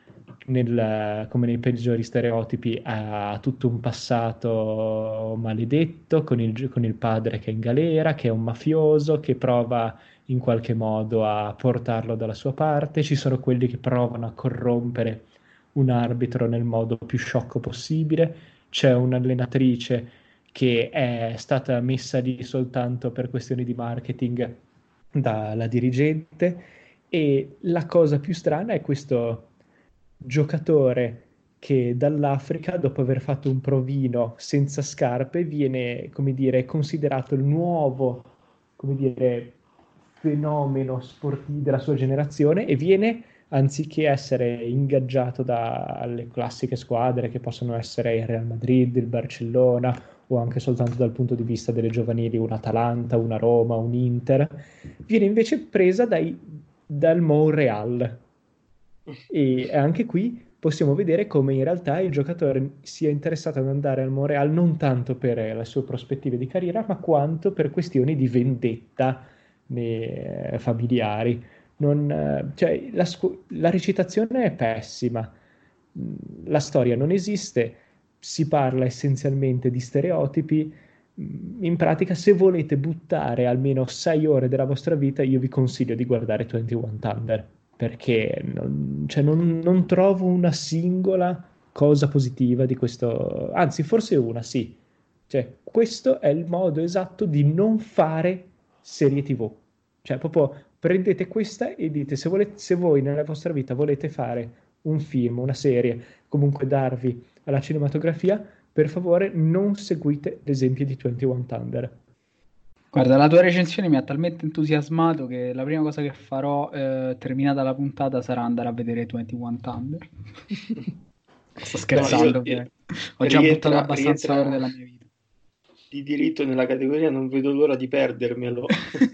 come nei peggiori stereotipi ha tutto un passato maledetto, con il padre che è in galera, che è un mafioso, che prova in qualche modo a portarlo dalla sua parte. Ci sono quelli che provano a corrompere un arbitro nel modo più sciocco possibile. C'è un'allenatrice che è stata messa lì soltanto per questioni di marketing dalla dirigente, e la cosa più strana è questo giocatore che dall'Africa, dopo aver fatto un provino senza scarpe, viene, come dire, considerato il nuovo, come dire, fenomeno sportivo della sua generazione, e viene, anziché essere ingaggiato dalle classiche squadre che possono essere il Real Madrid, il Barcellona, o anche soltanto dal punto di vista delle giovanili un Atalanta, una Roma, un Inter, viene invece presa dal Montreal. E anche qui possiamo vedere come in realtà il giocatore sia interessato ad andare al Montreal non tanto per le sue prospettive di carriera, ma quanto per questioni di vendetta familiari. Cioè, la recitazione è pessima, la storia non esiste, si parla essenzialmente di stereotipi. In pratica, se volete buttare almeno 6 ore della vostra vita, io vi consiglio di guardare 21 Thunder, perché non trovo una singola cosa positiva di questo, anzi forse una, sì. Cioè, questo è il modo esatto di non fare serie TV. Cioè, proprio prendete questa e dite, se voi nella vostra vita volete fare un film, una serie, comunque darvi alla cinematografia, per favore non seguite l'esempio di 21 Thunder. Guarda, la tua recensione mi ha talmente entusiasmato che la prima cosa che farò terminata la puntata sarà andare a vedere 21 Thunder. Sto scherzando, ho già buttato abbastanza ore della mia vita. Di diritto nella categoria, non vedo l'ora di perdermelo.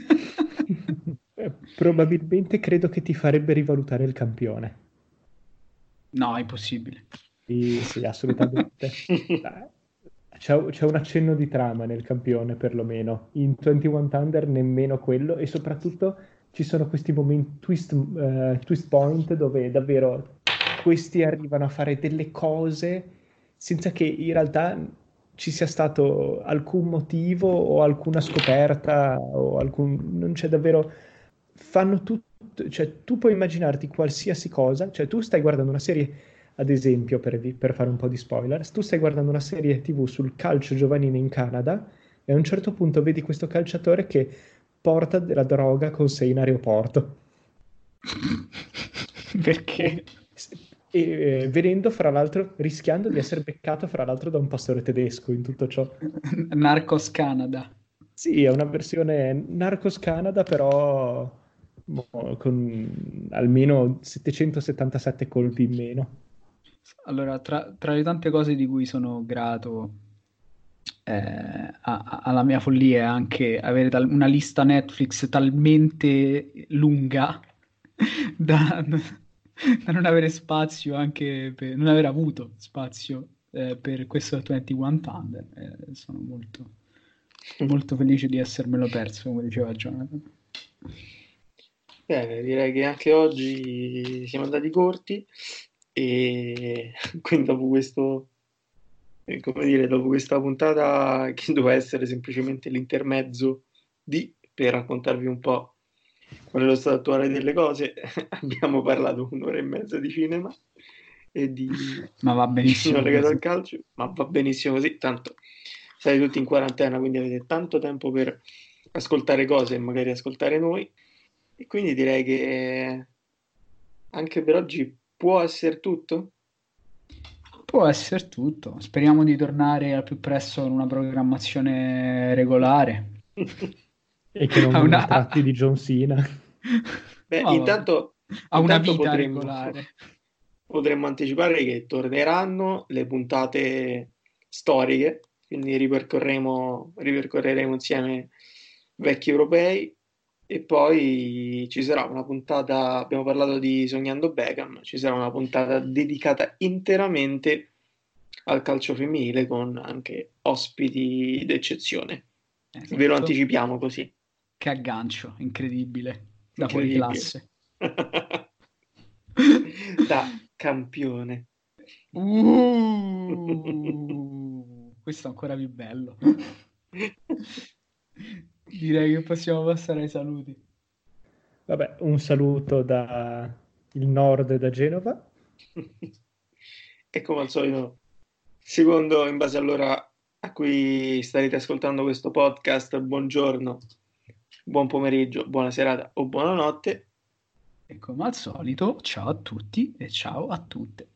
Probabilmente credo che ti farebbe rivalutare il campione. No, è impossibile. Sì, assolutamente. C'è un accenno di trama nel campione, perlomeno. In 21 Thunder nemmeno quello, e soprattutto ci sono questi momenti twist point dove davvero questi arrivano a fare delle cose senza che in realtà ci sia stato alcun motivo o alcuna scoperta o non c'è davvero, fanno tutto, cioè tu puoi immaginarti qualsiasi cosa, cioè tu stai guardando una serie, ad esempio, per fare un po' di spoiler, tu stai guardando una serie TV sul calcio giovanile in Canada, e a un certo punto vedi questo calciatore che porta della droga con sé in aeroporto. Perché? E venendo, fra l'altro, rischiando di essere beccato, fra l'altro, da un pastore tedesco in tutto ciò. Narcos Canada. Sì, è una versione Narcos Canada, però con almeno 777 colpi in meno. Allora, tra le tante cose di cui sono grato alla mia follia è anche avere una lista Netflix talmente lunga da non avere spazio anche per non aver avuto spazio per questo 21 Thunder. Sono molto felice di essermelo perso, come diceva Jonathan. Bene, direi che anche oggi siamo andati corti e quindi dopo dopo questa puntata che doveva essere semplicemente l'intermezzo per raccontarvi un po' qual è lo stato attuale delle cose, abbiamo parlato un'ora e mezza di cinema e ma va benissimo legato al calcio, ma va benissimo così, tanto siete tutti in quarantena, quindi avete tanto tempo per ascoltare cose e magari ascoltare noi, e quindi direi che anche per oggi può essere tutto? Può essere tutto. Speriamo di tornare al più presto con una programmazione regolare. E che non tratti di John Cena. Beh, intanto una vita regolare. Potremmo anticipare che torneranno le puntate storiche, quindi ripercorreremo insieme vecchi europei, e poi ci sarà una puntata, abbiamo parlato di Sognando Beckham, ci sarà una puntata dedicata interamente al calcio femminile con anche ospiti d'eccezione. Esatto. Ve lo anticipiamo così. Che aggancio, incredibile, da fuori classe. Da campione. Questo è ancora più bello. Direi che possiamo passare ai saluti. Vabbè, un saluto da il nord, da Genova. E come al solito, secondo in base all'ora a cui starete ascoltando questo podcast, buongiorno, buon pomeriggio, buona serata o buonanotte. E come al solito, ciao a tutti e ciao a tutte.